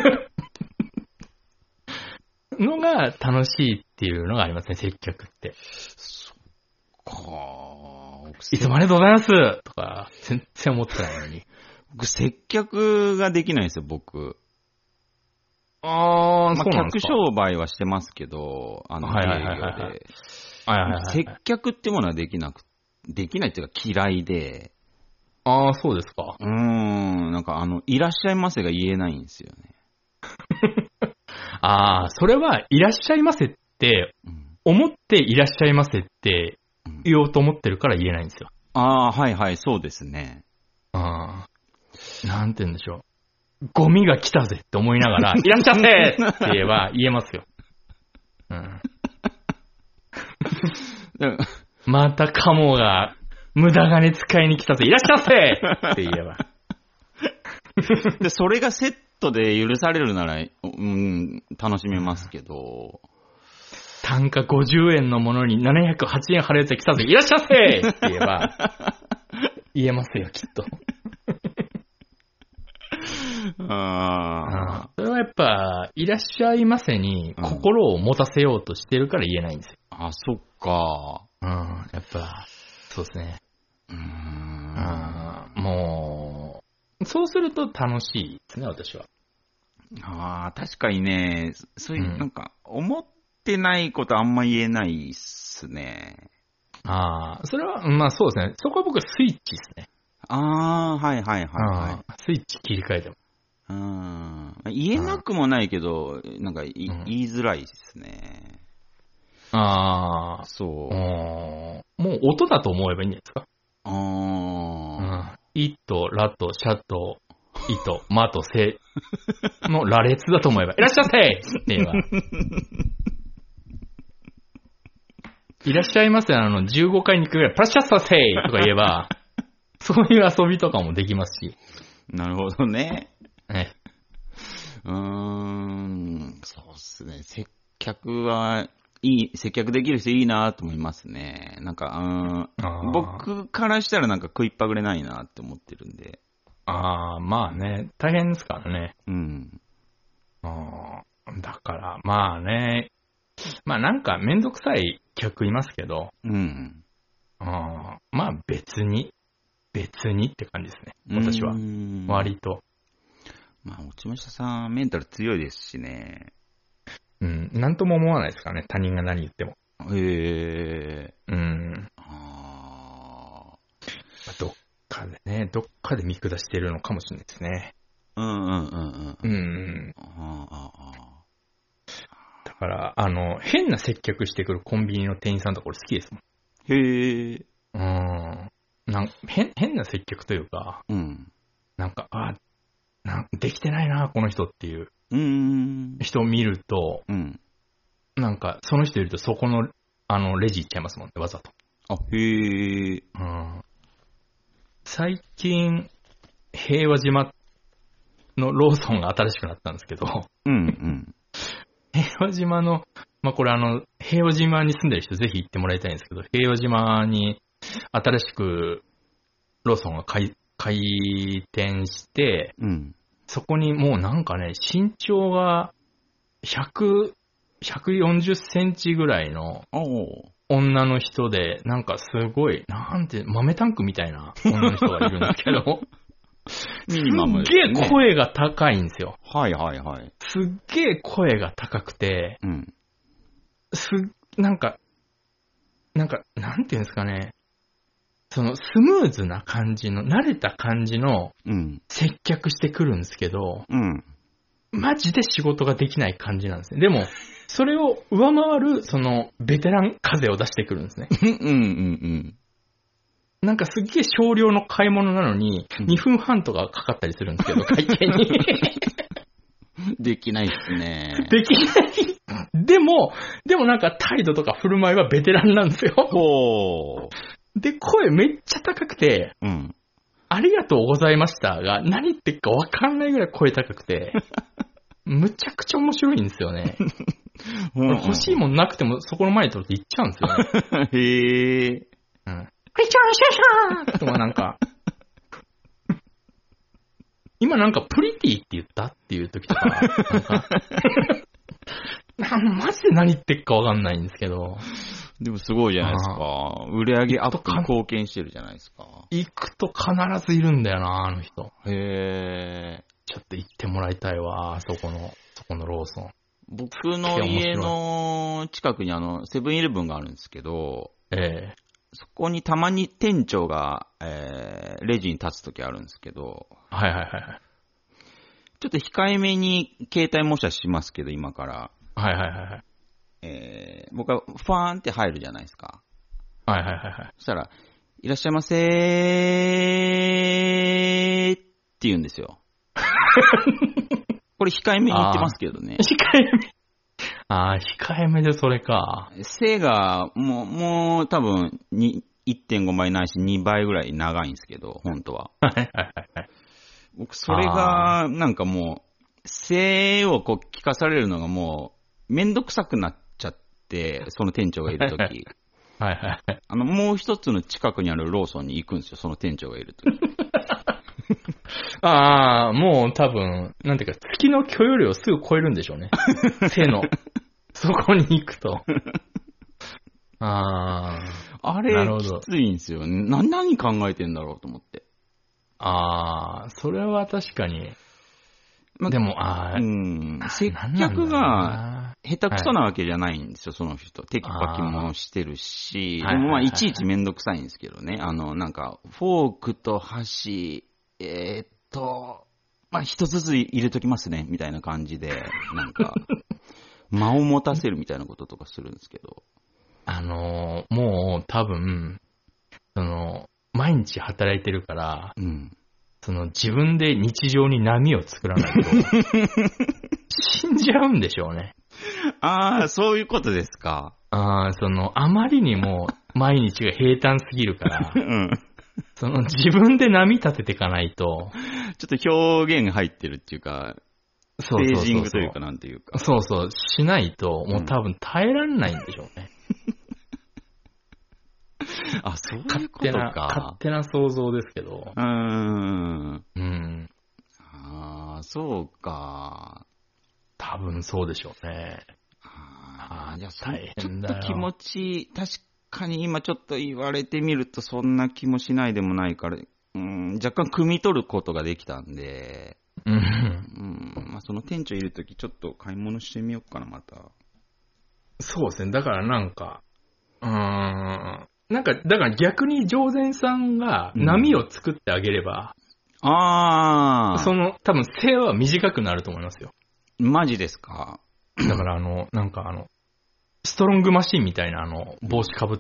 のが楽しいっていうのがありますね、接客って。 そっか。 いつもありがとうございますとか、全然思ってないのに。 僕、接客ができないんですよ、僕。 そうなんですか。 客商売はしてますけど、営業で。接客ってものはできないっていうか嫌いで。 そうですか。 なんかいらっしゃいませが言えないんですよね。 それはいらっしゃいませって、思っていらっしゃいませって言おうと思ってるから言えないんですよ。 はいはい、そうですね。 なんて言うんでしょう。ゴミが来たぜって思いながら、いらっしゃいませって言えば言えますよ。またカモが無駄金使いに来たぜ、いらっしゃいませって言えば。 で、それがセットで許されるなら、楽しめますけど。 単価50円のものに708円払うやつ来たぜ、いらっしゃいませって言えば、言えますよ、きっと。それはやっぱ、いらっしゃいませに心を持たせようとしてるから言えないんですよ。 そっか。 やっぱ、そうですね。もう、そうすると楽しいですね、私は。 確かにね、そういう、なんか、思ってないことあんま言えないっすね。 それは、まあそうですね。そこは僕はスイッチですね。 はいはいはい。 スイッチ切り替えても。 言えなくもないけど、なんか言いづらいですね。 そう。もう音だと思えばいいんじゃないですか。イとラとシャとイとマとセの羅列だと思えば、いらっしゃいませって言えば。いらっしゃいませ15回に行くぐらい、プラッシャッサセイとか言えば、そういう遊びとかもできますし。 なるほどね。そうっすね。接客は接客できる人いいなと思いますね。なんか、僕からしたらなんか食いっぱぐれないなって思ってるんで。 まあね、大変ですからね。 うん。 だから、まあね、まあなんかめんどくさい客いますけど、 うん。 まあ別にって感じですね。私は。割と。 まあ、落ちましたさん、メンタル強いですしね。 うん、なんとも思わないですからね、他人が何言っても。どっかで見下してるのかもしれないですね。だから、変な接客してくるコンビニの店員さんとか俺好きですもん。変な接客というか、なんか、できてないな、この人っていう人を見ると、なんか、その人いるとそこの、レジ行っちゃいますもんね、わざと。最近、平和島のローソンが新しくなったんですけど、平和島の、まあ、これ平和島に住んでる人ぜひ行ってもらいたいんですけど、平和島に新しくローソンが開店して、そこにもうなんかね、身長が140センチぐらいの女の人で、なんかすごい、豆タンクみたいな女の人がいるんですけど、すっげえ声が高いんですよ。すっげえ声が高くて、なんか、なんていうんですかね、そのスムーズな感じの、慣れた感じの接客してくるんですけど、マジで仕事ができない感じなんですね。でも、それを上回る、その、ベテラン風を出してくるんですね。なんかすっげえ少量の買い物なのに、2分半とかかかったりするんですけど、会計に。 できないっすね。 できない。でもなんか態度とか振る舞いはベテランなんですよ。で、声めっちゃ高くて、ありがとうございましたが、何言ってっかわかんないぐらい声高くて、むちゃくちゃ面白いんですよね。欲しいもんなくてもそこの前に取ると行っちゃうんですよね。はいちゃんシャシャーとかなんか、今なんかプリティって言ったっていう時とか、マジで何言ってっかわかんないんですけど。 でもすごいじゃないですか。売り上げアップに貢献してるじゃないですか。 行くと必ずいるんだよな、あの人。ちょっと行ってもらいたいわ、そこのローソン。 僕の家の近くにセブンイレブンがあるんですけど、そこにたまに店長が、レジに立つときあるんですけど、ちょっと控えめに携帯模写しますけど、今から。僕はファーンって入るじゃないですか。そしたら、いらっしゃいませーって言うんですよ。これ控えめに言ってますけどね。 控えめでそれか。 背がもう多分1.5 倍ないし2倍ぐらい長いんですけど、本当は。僕、それが、なんかもう、背をこう聞かされるのがもう、めんどくさくなっちゃって、その店長がいるとき。もう一つの近くにあるローソンに行くんですよ、その店長がいるとき。 もう多分、なんていうか、月の許容量をすぐ超えるんでしょうね。背の。そこに行くと。 あれ、きついんですよ。何考えてんだろうと思って。 それは確かに。でも、 接客が下手くそなわけじゃないんですよ、その人。テキパキもしてるし、でもいちいちめんどくさいんですけどね。なんか、フォークと箸、一つずつ入れときますね、みたいな感じで、なんか、間を持たせるみたいなこととかするんですけど。 もう多分、毎日働いてるから、自分で日常に波を作らないと、死んじゃうんでしょうね。 そういうことですか。 あまりにも毎日が平坦すぎるから、自分で波立てていかないと。 ちょっと表現入ってるっていうか、 ステージングというかなんていうか。 そうそう、しないと、もう多分耐えられないんでしょうね。 あ、そういうことか。 勝手な想像ですけど。 うん。ああ、そうか。 多分そうでしょうね。 じゃあ大変だよ。ちょっと気持ち、確かに今ちょっと言われてみるとそんな気もしないでもないから、若干汲み取ることができたんで、まあ、その店長いるときちょっと買い物してみようかな、また。 そうですね。だからなんか、だから逆に常前さんが波を作ってあげれば、多分世話は短くなると思いますよ。 マジですか？ だからストロングマシンみたいな帽子かぶって、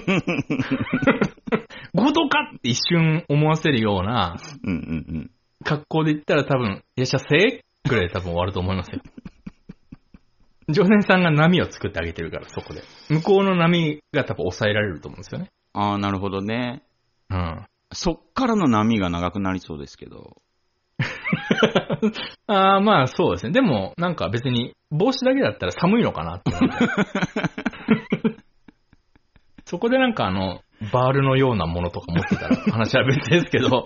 強盗かって一瞬思わせるような格好で言ったら多分、いらっしゃせぐらいで多分終わると思いますよ。常連さんが波を作ってあげてるから、そこで。向こうの波が多分抑えられると思うんですよね。 ああ、なるほどね。そっからの波が長くなりそうですけど。 まあそうですね。でも、なんか別に帽子だけだったら寒いのかなって思って。そこでなんかバールのようなものとか持ってたら話は別ですけど。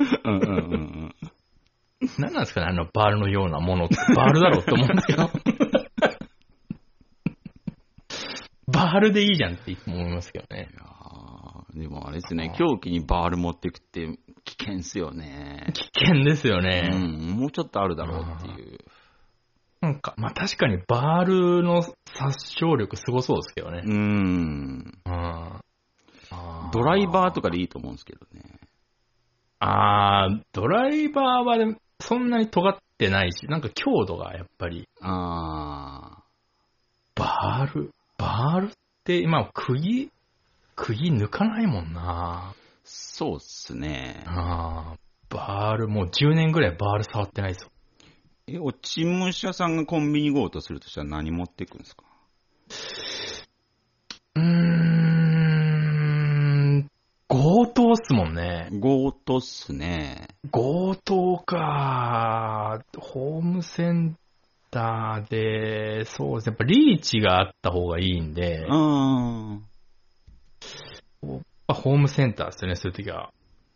何なんですかね、バールのようなものって。バールだろうって思うんですけど。バールでいいじゃんっていつも思いますけどね。 でもあれですね、凶器にバール持っていくって危険っすよね。 危険ですよね。 もうちょっとあるだろうっていう。 なんか、まあ確かにバールの殺傷力すごそうですけどね。 ドライバーとかでいいと思うんですけどね。 ドライバーはでもそんなに尖ってないし、なんか強度がやっぱり。バールって今釘抜かないもんな。 そうっすね。 バール、もう10年ぐらいバール触ってないですよ。 落ち武者さんがコンビニ強盗するとしたら何持っていくんですか？ 強盗っすもんね。 強盗っすね。 強盗か。ホームセンターで、そうですね。やっぱリーチがあった方がいいんで。ホームセンターですよね、そういう時は。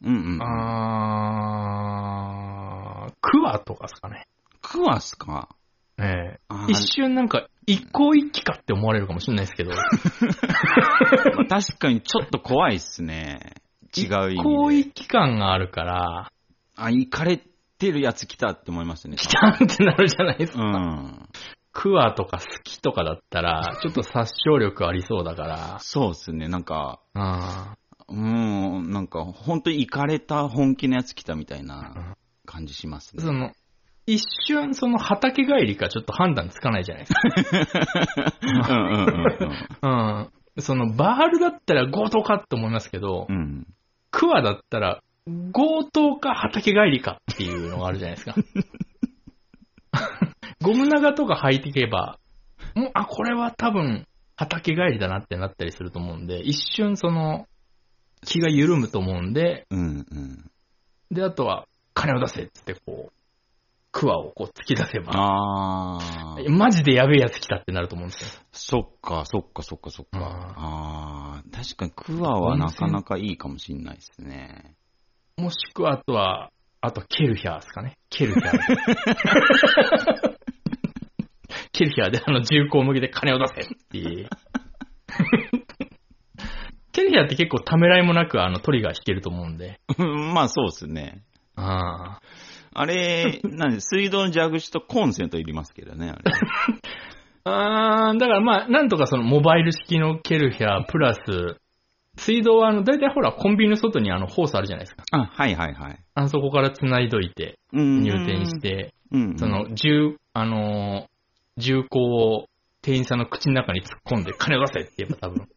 クワとかですかね。 クワっすか？ 一瞬なんか、一向一揆かって思われるかもしれないですけど。 確かにちょっと怖いっすね。違う意味で。 一向一揆感があるから。 行かれてるやつ来たって思いますね。 来たってなるじゃないですか。クワとか好きとかだったら、ちょっと殺傷力ありそうだから。 そうっすね、なんか。なんか、本当に行かれた本気のやつ来たみたいな感じしますね。 一瞬畑帰りかちょっと判断つかないじゃないですか。バールだったら強盗かって思いますけど、クワだったら強盗か畑帰りかっていうのがあるじゃないですか。ゴム長とか履いていけば、もう、これは多分畑帰りだなってなったりすると思うんで、一瞬気が緩むと思うんで、で、あとは金を出せっつってクワを突き出せば、マジでやべえやつ来たってなると思うんですよ。 そっか。確かにクワはなかなかいいかもしんないですね。 もしくは、あとケルヒャーですかね。ケルヒャーで銃口向けて金を出せっていう。ケルヒャーって結構ためらいもなくトリガー引けると思うんで。 まあそうですね。あれ、水道の蛇口とコンセントいりますけどね、あれ。だからまあ、なんとかモバイル式のケルヒャープラス、水道はだいたいほら、コンビニの外にホースあるじゃないですか。 はい。 そこから繋いどいて、入店して、銃口を店員さんの口の中に突っ込んで金を出せって言えば多分。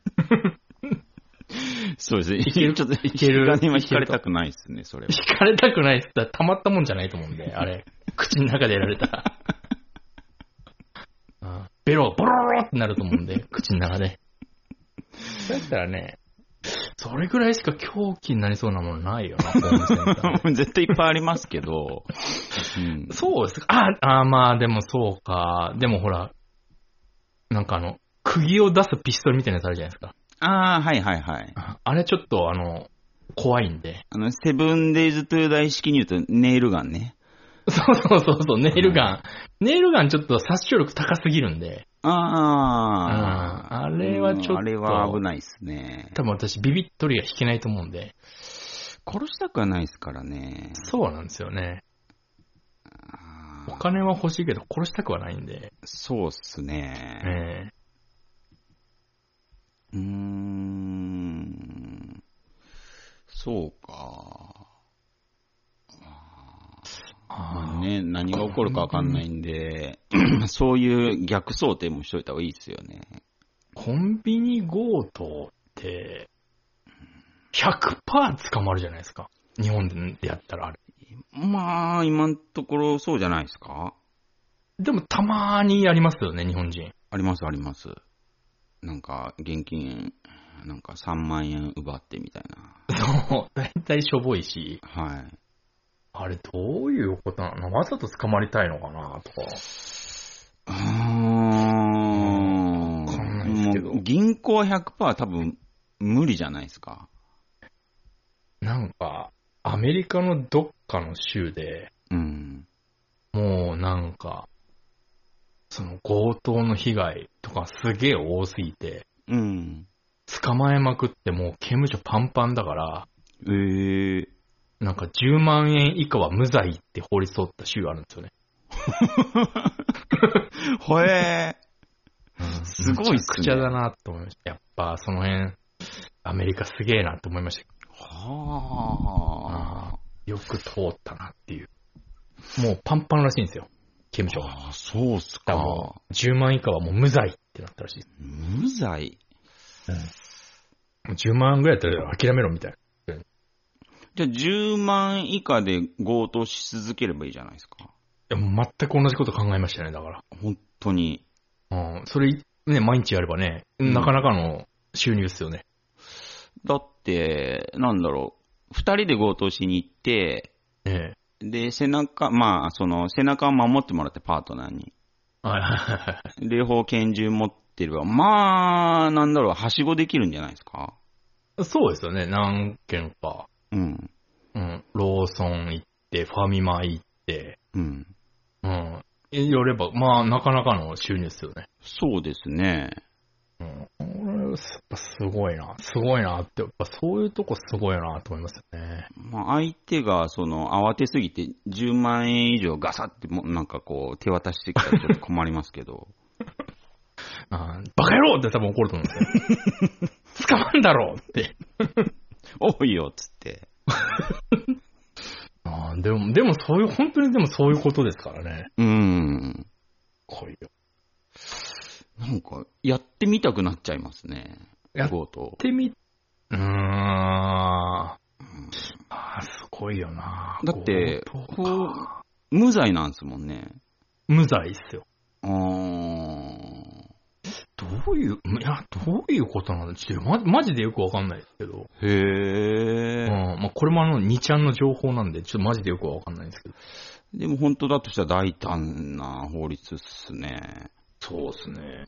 そうですね。ちょっと引かれたくないですね、それは。 引かれたくないっす。たまったもんじゃないと思うんで、あれ。口の中でやられたら。ベロ、ボロロロってなると思うんで、口の中で。そうやったらね、 それぐらいしか狂気になりそうなものないよな、ホームセンター。 絶対いっぱいありますけど。 そうですか。まあでもそうか。でもほら、なんか釘を出すピストルみたいなやつあるじゃないですか。 はいはいはい。 あれちょっと怖いんで。 セブンデイズトゥーダイ式に言うとネイルガンね。 そう、ネイルガン。ネイルガンちょっと殺傷力高すぎるんで。あれはちょっと。 あれは危ないっすね。 多分私ビビットリが引けないと思うんで。 殺したくはないですからね。 そうなんですよね。お金は欲しいけど殺したくはないんで。 そうっすね。そうか。ね、何が起こるかわかんないんで、そういう逆想定もしといた方がいいですよね。 コンビニ強盗って、100% 捕まるじゃないですか。日本でやったらあれ。 まあ、今のところそうじゃないですか。 でもたまにやりますよね、日本人。 ありますあります。なんか、現金、なんか3万円奪ってみたいな。 そう、だいたいしょぼいし。 はい。 あれどういうことなの？わざと捕まりたいのかなとか。わかんないですけど。 銀行 100% 多分無理じゃないですか。 なんか、アメリカのどっかの州で、もうなんか、その強盗の被害とかすげえ多すぎて、捕まえまくってもう刑務所パンパンだから、なんか10万円以下は無罪って法律通った州あるんですよね。 ほえー。すごいっすね。 めちゃくちゃだなと思いました。やっぱその辺、アメリカすげえなと思いました。よく通ったなっていう。もうパンパンらしいんですよ。刑務所が。 そうっすか。 もう10万以下はもう無罪ってなったらしいです。 無罪 10万ぐらいだったら諦めろみたいな。 じゃあ10万以下で強盗し続ければいいじゃないですか。いや、もう全く同じこと考えましたね、だから。 本当に。 それ、ね、毎日やればね、なかなかの収入ですよね。 だって、なんだろう、2人で強盗しに行って、で、背中を守ってもらって、パートナーに。両方拳銃持ってれば、まあ、なんだろう、はしごできるんじゃないですか。 そうですよね、何件か。ローソン行って、ファミマ行って、やれば、まあ、なかなかの収入ですよね。 そうですね。 やっぱすごいなって、やっぱそういうとこすごいなと思いますよね。 まあ、相手が、慌てすぎて10万円以上ガサってなんかこう、手渡してきたらちょっと困りますけど。 バカ野郎って多分怒ると思うんですよ。捕まんだろうって。 多いよ、つって。 でもそういう、本当にでもそういうことですからね。こういう。 なんか、やってみたくなっちゃいますね。強盗。 やってすごいよな。 だって、無罪なんですもんね。 無罪っすよ。どういうことなんだちょっとマジでよくわかんないですけど。まあ、これも2ちゃんの情報なんで、ちょっとマジでよくわかんないんですけど。 でも本当だとしたら大胆な法律っすね。 そうっすね。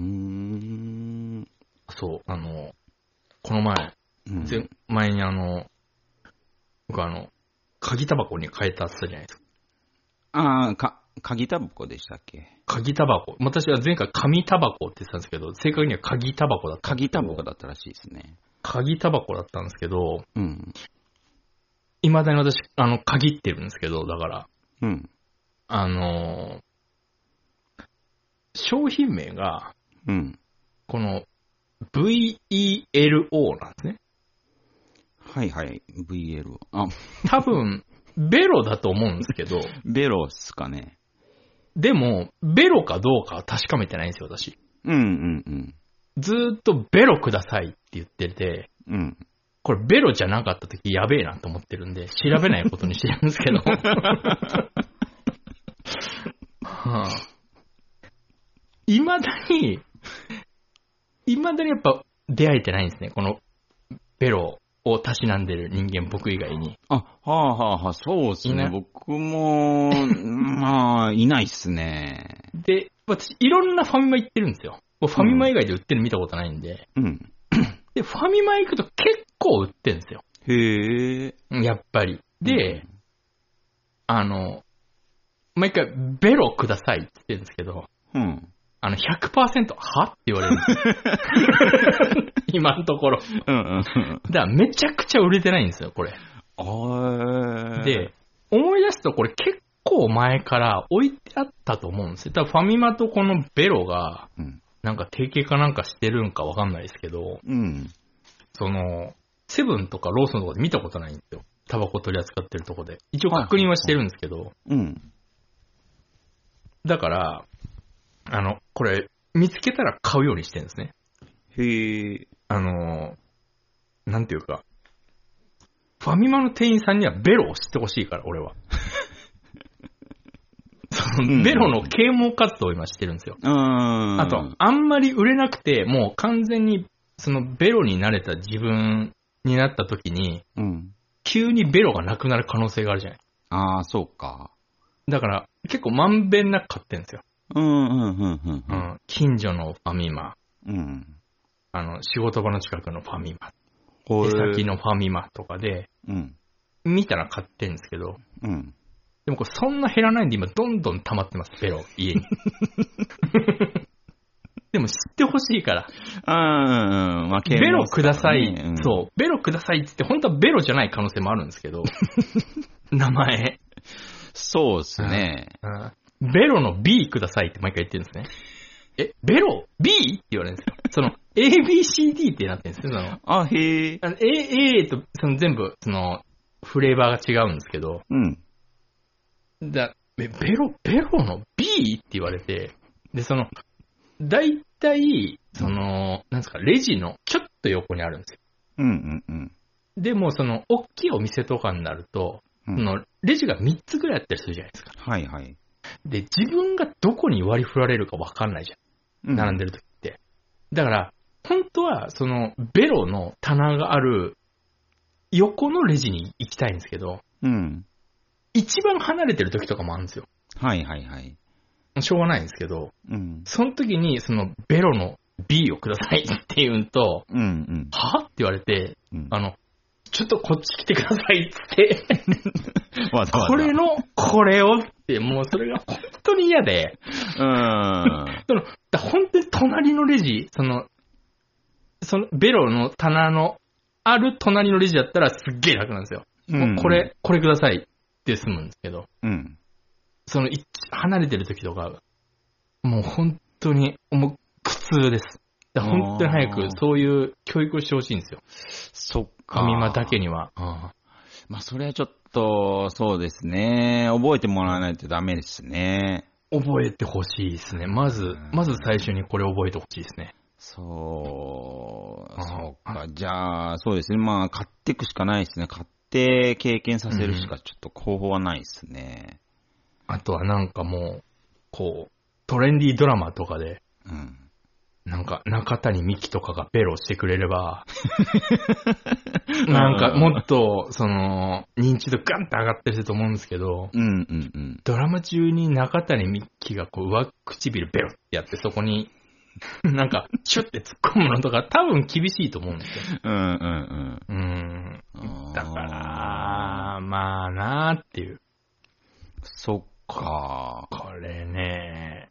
そう、この前、前に僕鍵タバコに変えたって言ったじゃないですか。 鍵タバコでしたっけ？ 鍵タバコ。私は前回紙タバコって言ってたんですけど、正確には鍵タバコだった。 鍵タバコだったらしいですね。 鍵タバコだったんですけど、未だに私、鍵ってるんですけど、だから、商品名が、この VELO なんですね。 はいはい、VLO。 多分、ベロだと思うんですけど。 ベロっすかね。 でも、ベロかどうかは確かめてないんですよ、私。ずーっとベロくださいって言ってて、これベロじゃなかった時やべえなと思ってるんで、調べないことにしてるんですけど。未だにやっぱ出会えてないんですね。この、 ベロをたしなんでる人間、僕以外に。 そうっすね。僕も、まあ、いないっすね。 で、私、いろんなファミマ行ってるんですよ。ファミマ以外で売ってるの見たことないんで。うん。で、ファミマ行くと結構売ってるんですよ。 へえ。やっぱり。で、毎回、ベロくださいって言ってるんですけど、100% はって言われるんですよ。今のところ。だからめちゃくちゃ売れてないんですよ、これ。で、思い出すとこれ結構前から置いてあったと思うんですよ。多分ファミマとこのベロが、なんか提携かなんかしてるんかわかんないですけど、セブンとかローソンとかで見たことないんですよ。タバコ取り扱ってるとこで。一応確認はしてるんですけど、だから、これ、見つけたら買うようにしてるんですね。なんていうか、ファミマの店員さんにはベロを知ってほしいから、俺は。ベロの啓蒙活動を今してるんですよ。あと、あんまり売れなくて、もう完全に、そのベロに慣れた自分になった時に、急にベロがなくなる可能性があるじゃない。 そうか。 だから、結構まんべんなく買ってるんですよ。近所のファミマ。仕事場の近くのファミマ。出先のファミマとかで、見たら買ってるんですけど、でもこれそんな減らないんで今どんどん溜まってます、ベロ、家に。でも知ってほしいから。ベロください。そう、ベロくださいって言って、本当はベロじゃない可能性もあるんですけど、名前。 そうですね。 ベロの B くださいって毎回言ってるんですね。ベロ B? って言われるんですよ。その ABCD ってなってるんですよ。 へー。 A とその全部、その、フレーバーが違うんですけど、ベロの B? って言われて、で、だいたい、なんですか、レジのちょっと横にあるんですよ。でも、大きいお店とかになると、レジが3つぐらいあったりするじゃないですか。で、自分がどこに割り振られるか分かんないじゃん。並んでる時って。だから、本当は、ベロの棚がある横のレジに行きたいんですけど、一番離れてる時とかもあるんですよ。しょうがないんですけど、その時に、ベロの B をくださいって言うと、はって言われて、ちょっとこっち来てくださいってこれをって、もうそれが本当に嫌で、本当に隣のレジ、ベロの棚のある隣のレジだったらすっげえ楽なんですよ。これくださいって済むんですけど、離れてる時とか、もう本当に苦痛です。本当に早くそういう教育をしてほしいんですよ。 そっか。 ファミマだけには。 まあ、それはちょっと、そうですね。覚えてもらわないとダメですね。 覚えてほしいですね。まず最初にこれ覚えてほしいですね。 そうか。じゃあ、そうですね。まあ、買っていくしかないですね。買って経験させるしかちょっと方法はないですね。 あとはなんかもう、トレンディードラマとかで、なんか、中谷美紀とかがベロしてくれれば、なんかもっと、認知度ガンと上がってると思うんですけど、ドラマ中に中谷美紀が上唇ベロってやって、そこに、なんか、シュッて突っ込むのとか多分厳しいと思うんですよ。だから、まあなーっていう。 そっか。 これね、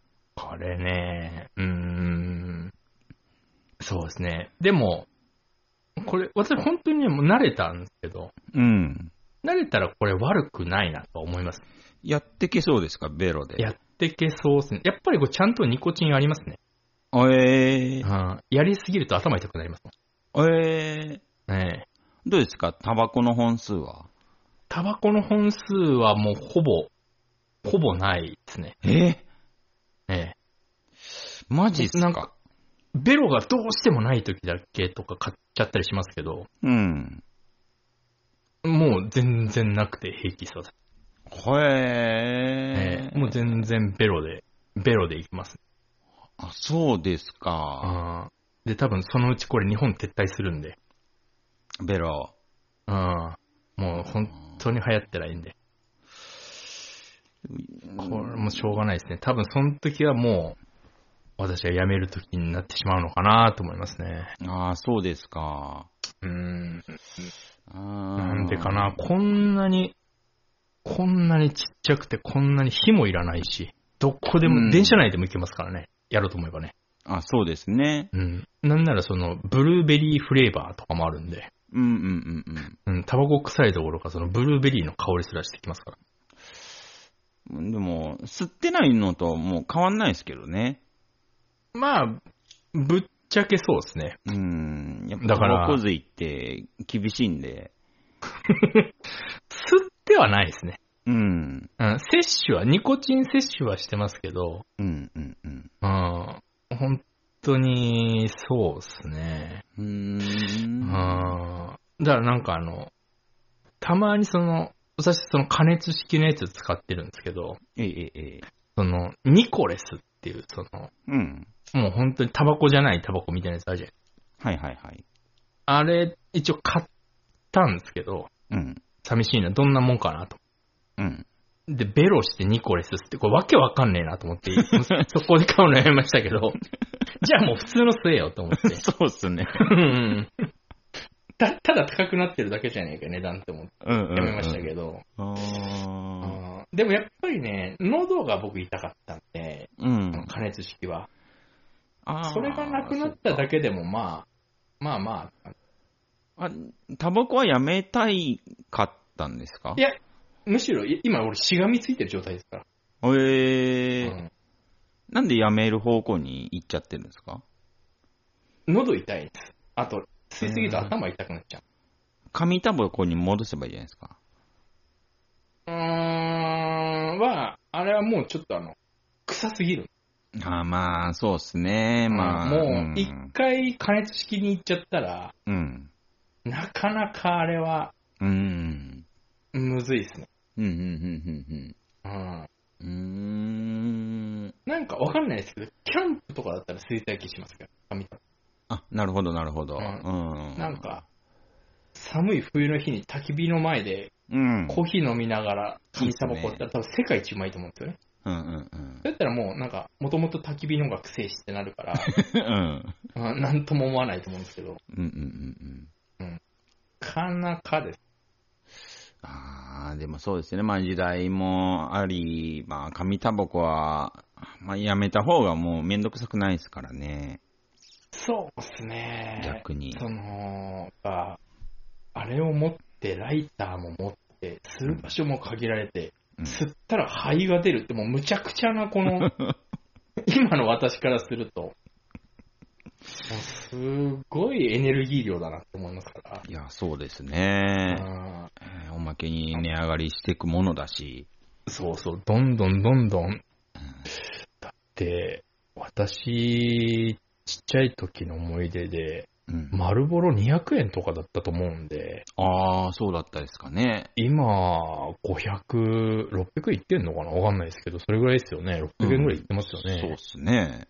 そうですね。でも、これ、私本当にもう慣れたんですけど、慣れたらこれ悪くないなと思います。 やってけそうですか、ベロで。 やってけそうですね。やっぱりちゃんとニコチンありますね。やりすぎると頭痛くなりますもん。 どうですか、タバコの本数は？ タバコの本数はもうほぼないですね。 マジっすか？ なんか、ベロがどうしてもない時だけとか買っちゃったりしますけど、もう全然なくて平気そうだ。もう全然ベロでいきます。 あ、そうですか。 で、多分そのうちこれ日本撤退するんで。 ベロ。 うん。もう本当に流行ってないんで。これもしょうがないですね。多分その時はもう、私は辞める時になってしまうのかなと思いますね。 ああ、そうですか。 なんでかな。こんなにちっちゃくてこんなに火もいらないし、どこでも、電車内でも行けますからね。やろうと思えばね。 あ、そうですね。 なんならその、ブルーベリーフレーバーとかもあるんで。タバコ臭いところか、そのブルーベリーの香りすらしてきますから。 でも、吸ってないのともう変わんないですけどね。 まあ、ぶっちゃけそうですね。 やっぱタバコ吸いって厳しいんで。 吸ってはないですね。摂取は、ニコチン摂取はしてますけど、本当に、そうですね。だからなんかたまに私その加熱式のやつ使ってるんですけど、その、ニコレスっていう、もう本当にタバコじゃないタバコみたいなやつあるじゃん。あれ、一応買ったんですけど、寂しいな、どんなもんかなと。で、ベロしてニコレスって、これわけわかんねえなと思って、そこで買うのやめましたけど、じゃあもう普通の吸えよと思って。 そうっすね。 ただ高くなってるだけじゃねえか、値段って思って、やめましたけど。でもやっぱりね、喉が僕痛かったんで、加熱式は。それがなくなっただけでも、まあ。 タバコはやめたいかったんですか？ いや、むしろ今俺しがみついてる状態ですから。 なんでやめる方向に行っちゃってるんですか？ 喉痛いです。あと、吸いすぎると頭痛くなっちゃう。 紙タバコに戻せばいいじゃないですか。 あれはもうちょっと臭すぎる。 まあ、そうっすね。 もう、一回加熱式に行っちゃったら、なかなかあれは、むずいですね。なんかわかんないですけど、キャンプとかだったら吸いたい気しますけど、紙タバコ。 なるほど、なるほど。 なんか、寒い冬の日に焚き火の前で、コーヒー飲みながら紙タバコって多分世界一うまいと思うんですよね。だったらもうなんか、もともと焚き火の方が臭いしってなるから、なんとも思わないと思うんですけど、なかなかです。 でもそうですね。時代もあり、紙タバコは、やめた方がもうめんどくさくないですからね。 そうですね。 逆に。 あれを持って、ライターも持って、吸う場所も限られて、吸ったら灰が出るってもうむちゃくちゃな今の私からすると、すごいエネルギー量だなって思いますから。 いや、そうですね。おまけに値上がりしていくものだし。 そうそう、どんどん。だって、私、ちっちゃい時の思い出で、丸ボロ200円とかだったと思うんで。 そうだったですかね。 今、500、600いってんのかなわかんないですけど、それぐらいですよね。600円ぐらいいってますよね。 そうっすね。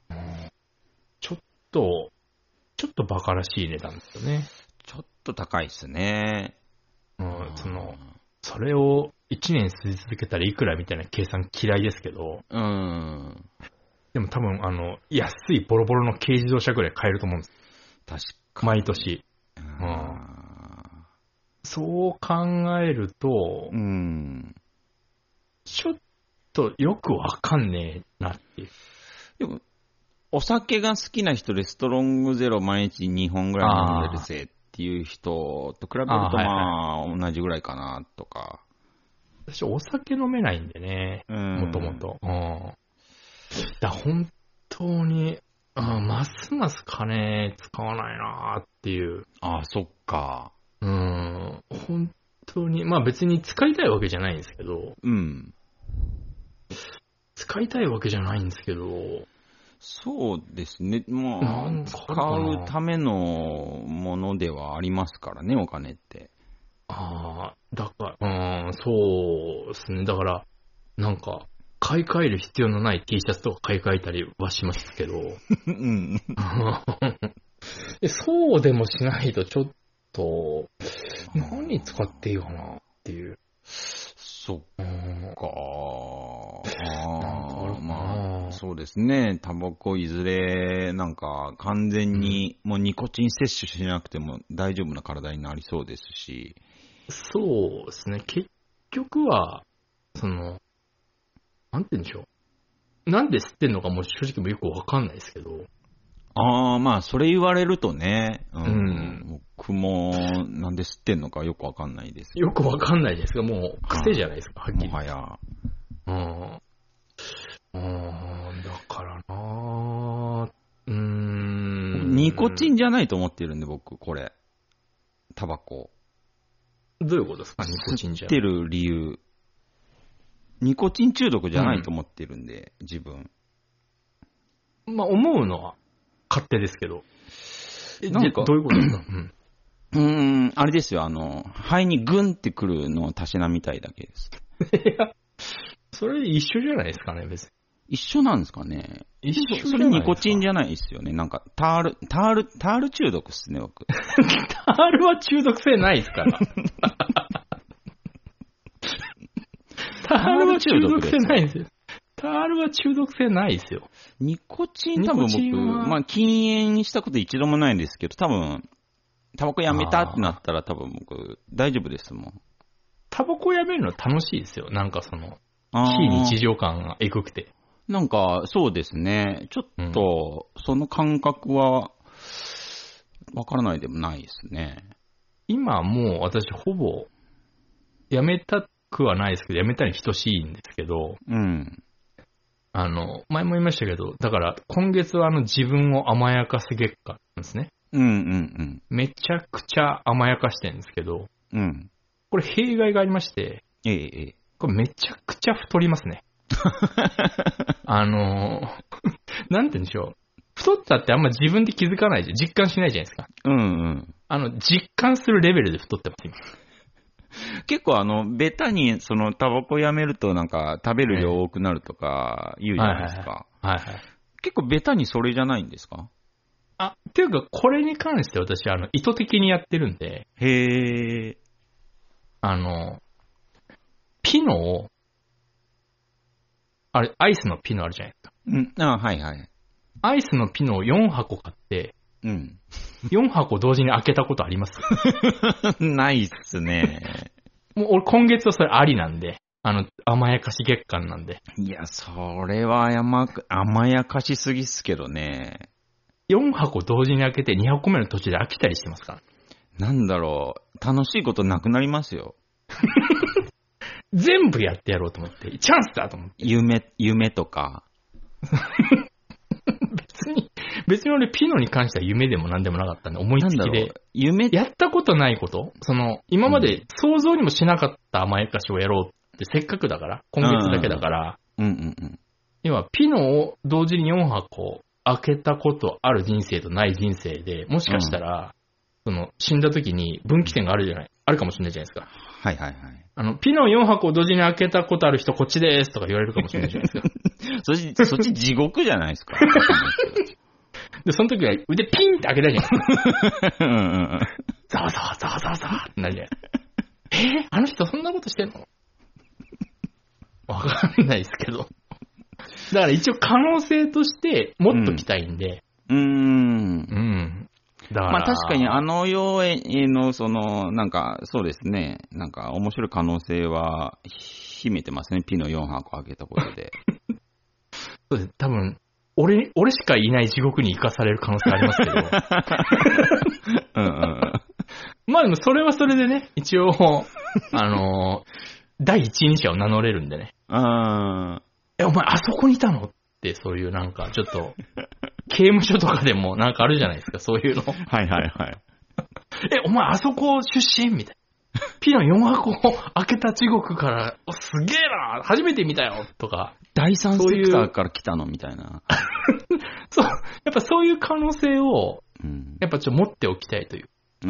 ちょっとバカらしい値段ですよね。 ちょっと高いっすね。 それを1年吸い続けたらいくらみたいな計算嫌いですけど。でも多分、安いボロボロの軽自動車ぐらい買えると思うんです。 確かに。 毎年。そう考えると、ちょっとよくわかんねえなっていう。 でもお酒が好きな人でストロングゼロ毎日2本ぐらい飲んでるぜっていう人と比べると同じぐらいかなとか。 私お酒飲めないんでね、もともと。本当に、ますます金使わないなっていう。 そっか。 本当に、別に使いたいわけじゃないんですけど。使いたいわけじゃないんですけど。 そうですね。使うためのものではありますからね、お金って。 だから、そうですね。だから、なんか、買い替える必要のない T シャツとか買い替えたりはしますけど。そうでもしないとちょっと、何に使っていいかなっていう。 そっか。まあ、そうですね。タバコいずれ、なんか、完全にもうニコチン摂取しなくても大丈夫な体になりそうですし。 そうですね。結局は、なんて言うんでしょう。なんで吸ってんのかも正直もよくわかんないですけど。 まあ、それ言われるとね、僕もなんで吸ってんのかよくわかんないです。 よくわかんないですが、もう癖じゃないですか、はっきり。 もはや。 だからなニコチンじゃないと思ってるんで、僕、これ。タバコ。 どういうことですか、ニコチンじゃ。 吸ってる理由。ニコチン中毒じゃないと思ってるんで、自分。 まあ、思うのは勝手ですけど。なんかどういうことですか？ あれですよ、肺にグンってくるのをたしなみたいだけです。 いや、それ一緒じゃないですかね、別に。 一緒なんですかね。 一緒じゃないですか。 それニコチンじゃないですよね。なんか、タール中毒っすね、僕。 タールは中毒性ないですから。タールは中毒性ないんですよ。タールは中毒性ないですよ。 ニコチン多分僕、まあ禁煙したこと一度もないんですけど、多分、タバコやめたってなったら多分僕、大丈夫ですもん。 タバコやめるの楽しいですよ。なんか非日常感がエグくて。 なんか、そうですね。ちょっと、その感覚は、わからないでもないですね。 今もう私ほぼ、やめたくはないですけど、やめたに等しいんですけど、前も言いましたけど、だから今月は自分を甘やかす月間なんですね。めちゃくちゃ甘やかしてるんですけど、これ弊害がありまして、これめちゃくちゃ太りますね。なんて言うんでしょう。太ったってあんま自分で気づかないじゃん。実感しないじゃないですか。実感するレベルで太ってます、今。 結構ベタにタバコやめるとなんか食べる量多くなるとか言うじゃないですか。結構ベタにそれじゃないんですか？ っていうかこれに関して私意図的にやってるんで。ピノを、あれ、アイスのピノあるじゃないですか。アイスのピノを4箱買って、4箱同時に開けたことあります？ ないっすね。 もう俺今月はそれありなんで、甘やかし月間なんで。 いや、それは甘やかしすぎっすけどね。 4箱同時に開けて2箱目の途中で飽きたりしてますから。 なんだろう、楽しいことなくなりますよ。 全部やってやろうと思って、チャンスだと思って。 夢とか。 別に俺ピノに関しては夢でも何でもなかったんで、思いつきで。やったことないこと、今まで想像にもしなかった甘やかしをやろうってせっかくだから、今月だけだから、要はピノを同時に4箱開けたことある人生とない人生で、もしかしたら、死んだ時に分岐点があるかもしれないじゃないですか。ピノ4箱を同時に開けたことある人こっちですとか言われるかもしれないじゃないですか。 そっち地獄じゃないですか。 で、その時は腕ピンって開けたじゃないですか。ザワザワザワザワザワってなるじゃない。あの人そんなことしてんの？わかんないですけど。だから一応可能性として持っときたいんで。 だからまあ確かに妖艶のなんかそうですね、なんか面白い可能性は秘めてますね、ピノ4箱開けたことで。 そうです。多分、俺しかいない地獄に生かされる可能性ありますけど。まあでもそれはそれでね、一応、第一人者を名乗れるんでね。お前あそこにいたのって、そういうなんかちょっと、刑務所とかでもなんかあるじゃないですか、そういうの。お前あそこ出身みたいな。ピノ4箱開けた地獄から、すげえな初めて見たよとか。 第三セクターから来たのみたいな。 そう、やっぱそういう可能性を、やっぱちょっと持っておきたいという。 で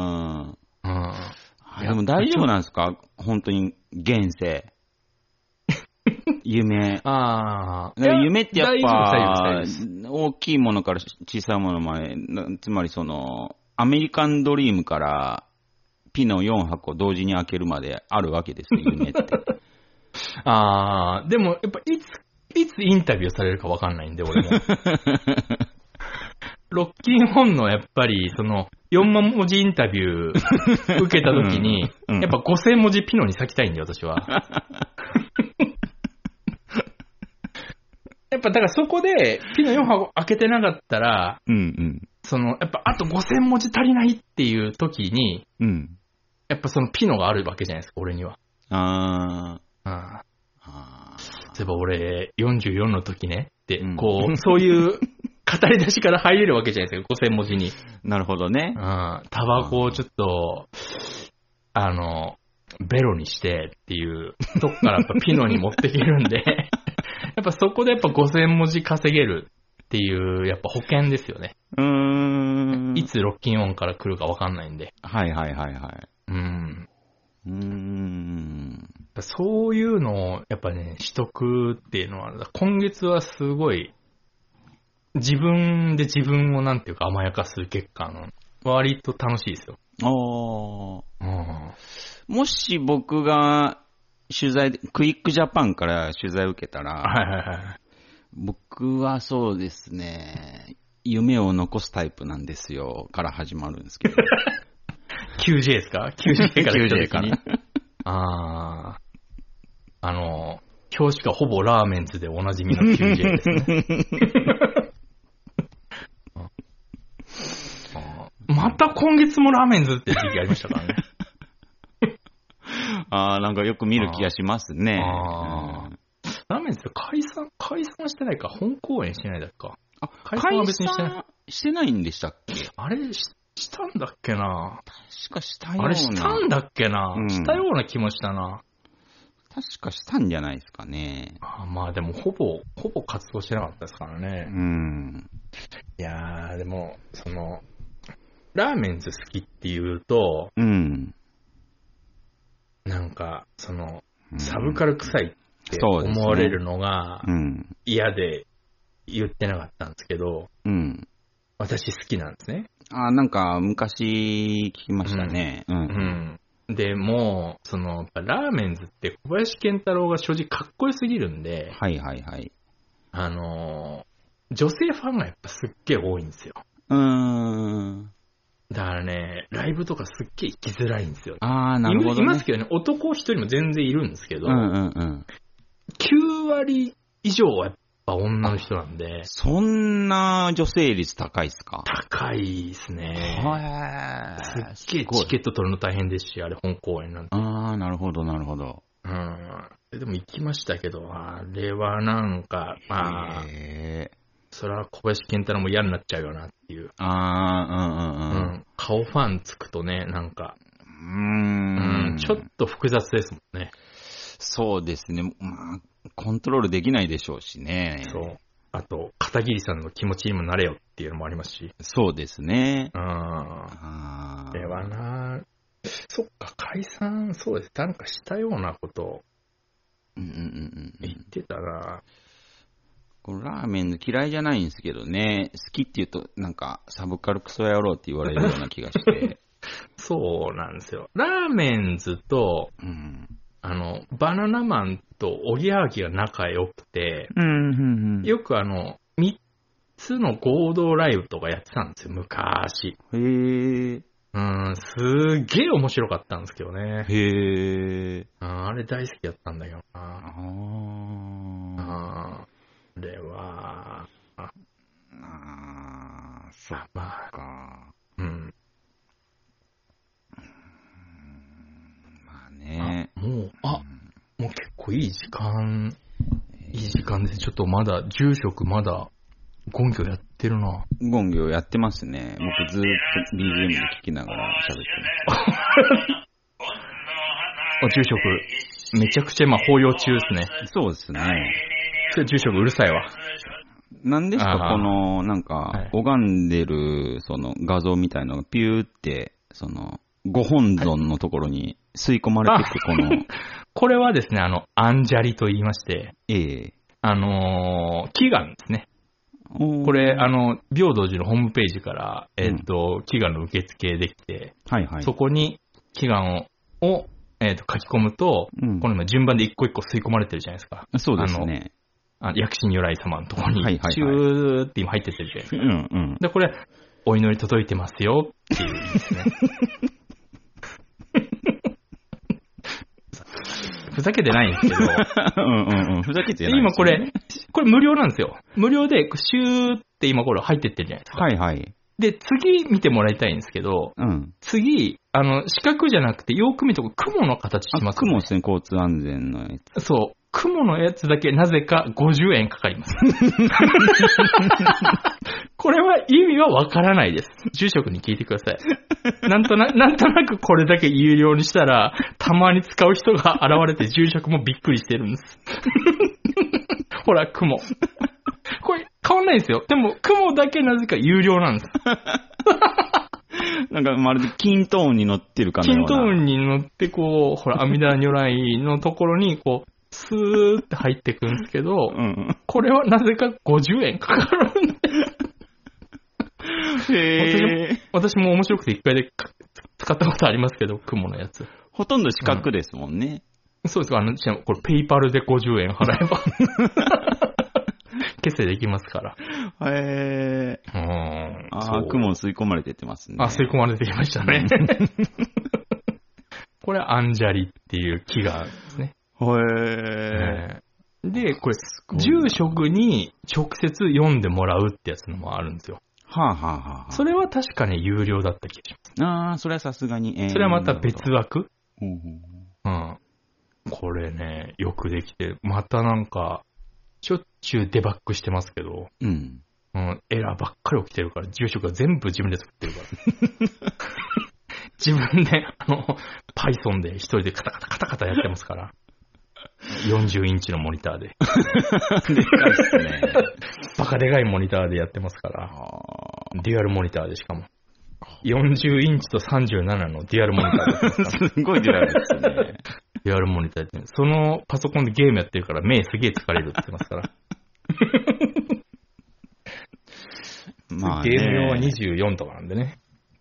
も大丈夫なんですか？本当に現世。夢。夢ってやっぱ、大きいものから小さいものまで、つまりアメリカンドリームからピノ4箱同時に開けるまであるわけですね、夢って。 でもやっぱいつインタビューされるかわかんないんで、俺も。ロッキンオンのやっぱり、その、4万文字インタビュー受けた時に、やっぱ5000文字ピノに咲きたいんで、私は。やっぱだからそこで、ピノ4箱開けてなかったら、その、やっぱあと5000文字足りないっていう時に、やっぱそのピノがあるわけじゃないですか、俺には。例えば俺、44の時ね、って、こう、そういう語り出しから入れるわけじゃないですか、5000文字に。 なるほどね。 タバコをちょっと、ベロにしてっていうとこからやっぱピノに持っていけるんで、やっぱそこでやっぱ5000文字稼げるっていう、やっぱ保険ですよね。いつロッキンオンから来るかわかんないんで。 はいはいはいはい。 そういうのをやっぱね、取得っていうのは、今月はすごい、自分で自分をなんていうか甘やかす月間、割と楽しいですよ。 もし僕が取材で、クイックジャパンから取材を受けたら、僕はそうですね、夢を残すタイプなんですよ、から始まるんですけど。 QJ ですか ?QJ から。 QJ から。 表紙がほぼラーメンズでおなじみの QJ ですね。また今月もラーメンズって時期ありましたからね。 なんかよく見る気がしますね。 ラーメンズって解散してないか、本公演してないだっけか。 解散は別にしてないんでしたっけ？ あれしたんだっけな。 確かしたような。 あれしたんだっけな。したような気もしたな。 確かしたんじゃないですかね。 まあでもほぼ活動してなかったですからね。いやーでもそのラーメンズ好きっていうと、なんかそのサブカル臭いって思われるのが嫌で言ってなかったんですけど、私好きなんですね。 なんか昔聞きましたね。 でも、その、ラーメンズって小林健太郎が正直かっこよすぎるんで、女性ファンがやっぱすっげえ多いんですよ。だからね、ライブとかすっげえ行きづらいんですよ。 なるほど、ね。 いますけどね、男一人も全然いるんですけど、9割以上はやっぱ女の人なんで。 そんな女性率高いっすか？ 高いですね。すっげえチケット取るの大変ですし、あれ本公演なんて。 なるほどなるほど。 でも行きましたけど、あれはなんか、それは小林健太郎も嫌になっちゃうよなっていう。顔ファンつくとね、なんか、ちょっと複雑ですもんね。 そうですね。コントロールできないでしょうしね。 そう。あと、片桐さんの気持ちにもなれよっていうのもありますし。 そうですね。 ではな、そっか、解散、そうです。なんかしたようなことを言ってたな。 このラーメン嫌いじゃないんですけどね。好きって言うと、なんか、サブカルクソ野郎って言われるような気がして。 そうなんですよ。ラーメンズと、バナナマンとおぎやはぎが仲良くて、よく3つの合同ライブとかやってたんですよ、昔。すげえ面白かったんですけどね。あれ大好きだったんだけどな。あれは、 そっか。 もう結構いい時間です。ちょっとまだ、住職まだ、ゴンギョやってるな。 ゴンギョやってますね。僕ずーっと BGM で聞きながら喋ってます。住職、めちゃくちゃ法要中ですね。 そうですね。 住職うるさいわ。 なんですか、この、なんか、拝んでる、その画像みたいなのがピューって、その、ご本尊のところに吸い込まれていく、この。 これはですね、アンジャリと言いまして、祈願ですね。 これ、平等寺のホームページから、祈願の受付できて、はいはい、そこに祈願を、書き込むと、この順番で一個一個吸い込まれてるじゃないですか。 そうですね。 薬師如来様のところに、シューって今入ってってるじゃないですか。うんうん、で、これ、お祈り届いてますよっていう意味ですね。ふざけてないんですけど。 ふざけてない、ね。 今これ無料なんですよ。無料で、シューって今これ入ってってるじゃないですか。はいはい。で、次見てもらいたいんですけど、次、四角じゃなくて、よく見ると雲の形しますね。 雲ですね、交通安全のやつ。 そう。雲のやつだけなぜか50円かかります。これは意味はわからないです。住職に聞いてください。なんとなくこれだけ有料にしたら、たまに使う人が現れて住職もびっくりしてるんです。ほら、雲。これ変わんないんですよ。でも、雲だけなぜか有料なんです。 なんかまるで均等に乗ってるかのような。 均等に乗ってほら、阿弥陀如来のところにスーって入ってくんですけど、これはなぜか50円かかるんで。私も面白くて一回で使ったことありますけど、雲のやつ。 ほとんど四角ですもんね。 そうですか、これペイパルで50円払えば。決済できますから。 雲吸い込まれてってますね。 吸い込まれてきましたね。これアンジャリっていう木がですね。で、これ、住職に直接読んでもらうってやつのもあるんですよ。それは確かに有料だった気がします。それはさすがに。 それはまた別枠。これね、よくできて、またなんか、しょっちゅうデバッグしてますけど、エラーばっかり起きてるから、住職が全部自分で作ってるから。自分で、Python で一人でカタカタやってますから。40インチのモニターで。でかいっすね。バカでかいモニターでやってますから。デュアルモニターでしかも。40インチと37のデュアルモニターでやってますから。 すごいデュアルですね。 デュアルモニターで。そのパソコンでゲームやってるから目すげえ疲れるって言ってますから。まあね、ゲーム用は24とかなんでね。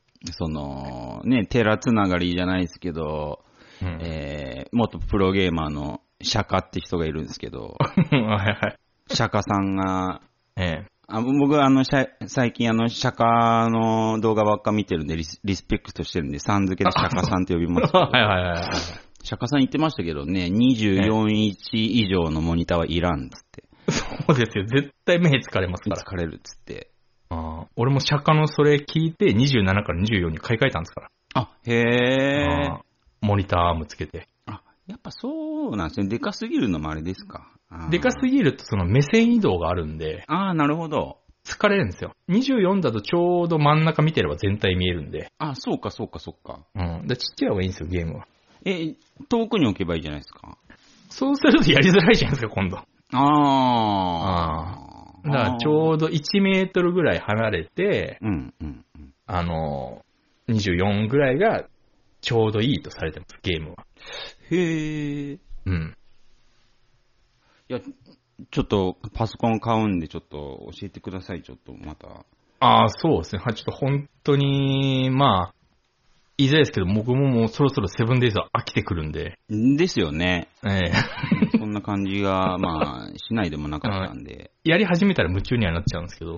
テラつながりじゃないですけど、元プロゲーマーの釈迦って人がいるんですけど、釈迦さんが、僕最近釈迦の動画ばっか見てるんでリスペクトしてるんで、さん付けで釈迦さんって呼びますけど、釈迦さん言ってましたけどね、24インチ以上のモニターはいらんっつって。 そうですよ、絶対目疲れますから。 疲れるっつって。 俺も釈迦のそれ聞いて27から24に買い替えたんですから。 へー。 モニターアームつけて。 やっぱそうなんですね。でかすぎるのもあれですか。 でかすぎるとその目線移動があるんで。 なるほど。 疲れるんですよ。24だとちょうど真ん中見てれば全体見えるんで。 そうか。でちっちゃい方がいいんですよ、ゲームは。 遠くに置けばいいじゃないですか。 そうするとやりづらいじゃないですか、今度。だからちょうど1メートルぐらい離れて、24ぐらいがちょうどいいとされてます、ゲームは。 いや、ちょっとパソコン買うんでちょっと教えてください、ちょっとまた。 そうですね。ちょっと本当に、いずれですけど、僕ももうそろそろセブンデイズは飽きてくるんで。 ですよね。そんな感じが、しないでもなかったんで。 やり始めたら夢中にはなっちゃうんですけど。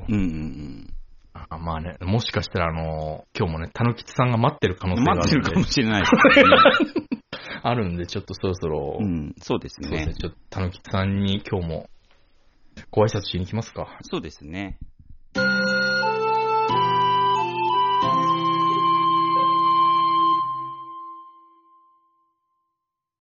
もしかしたら今日もね、たぬきつさんが待ってる可能性があるんで。 待ってるかもしれないですね。 あるんで、ちょっとそろそろ。 そうですね。 ちょっとたぬきつさんに今日もご挨拶しに行きますか。 そうですね。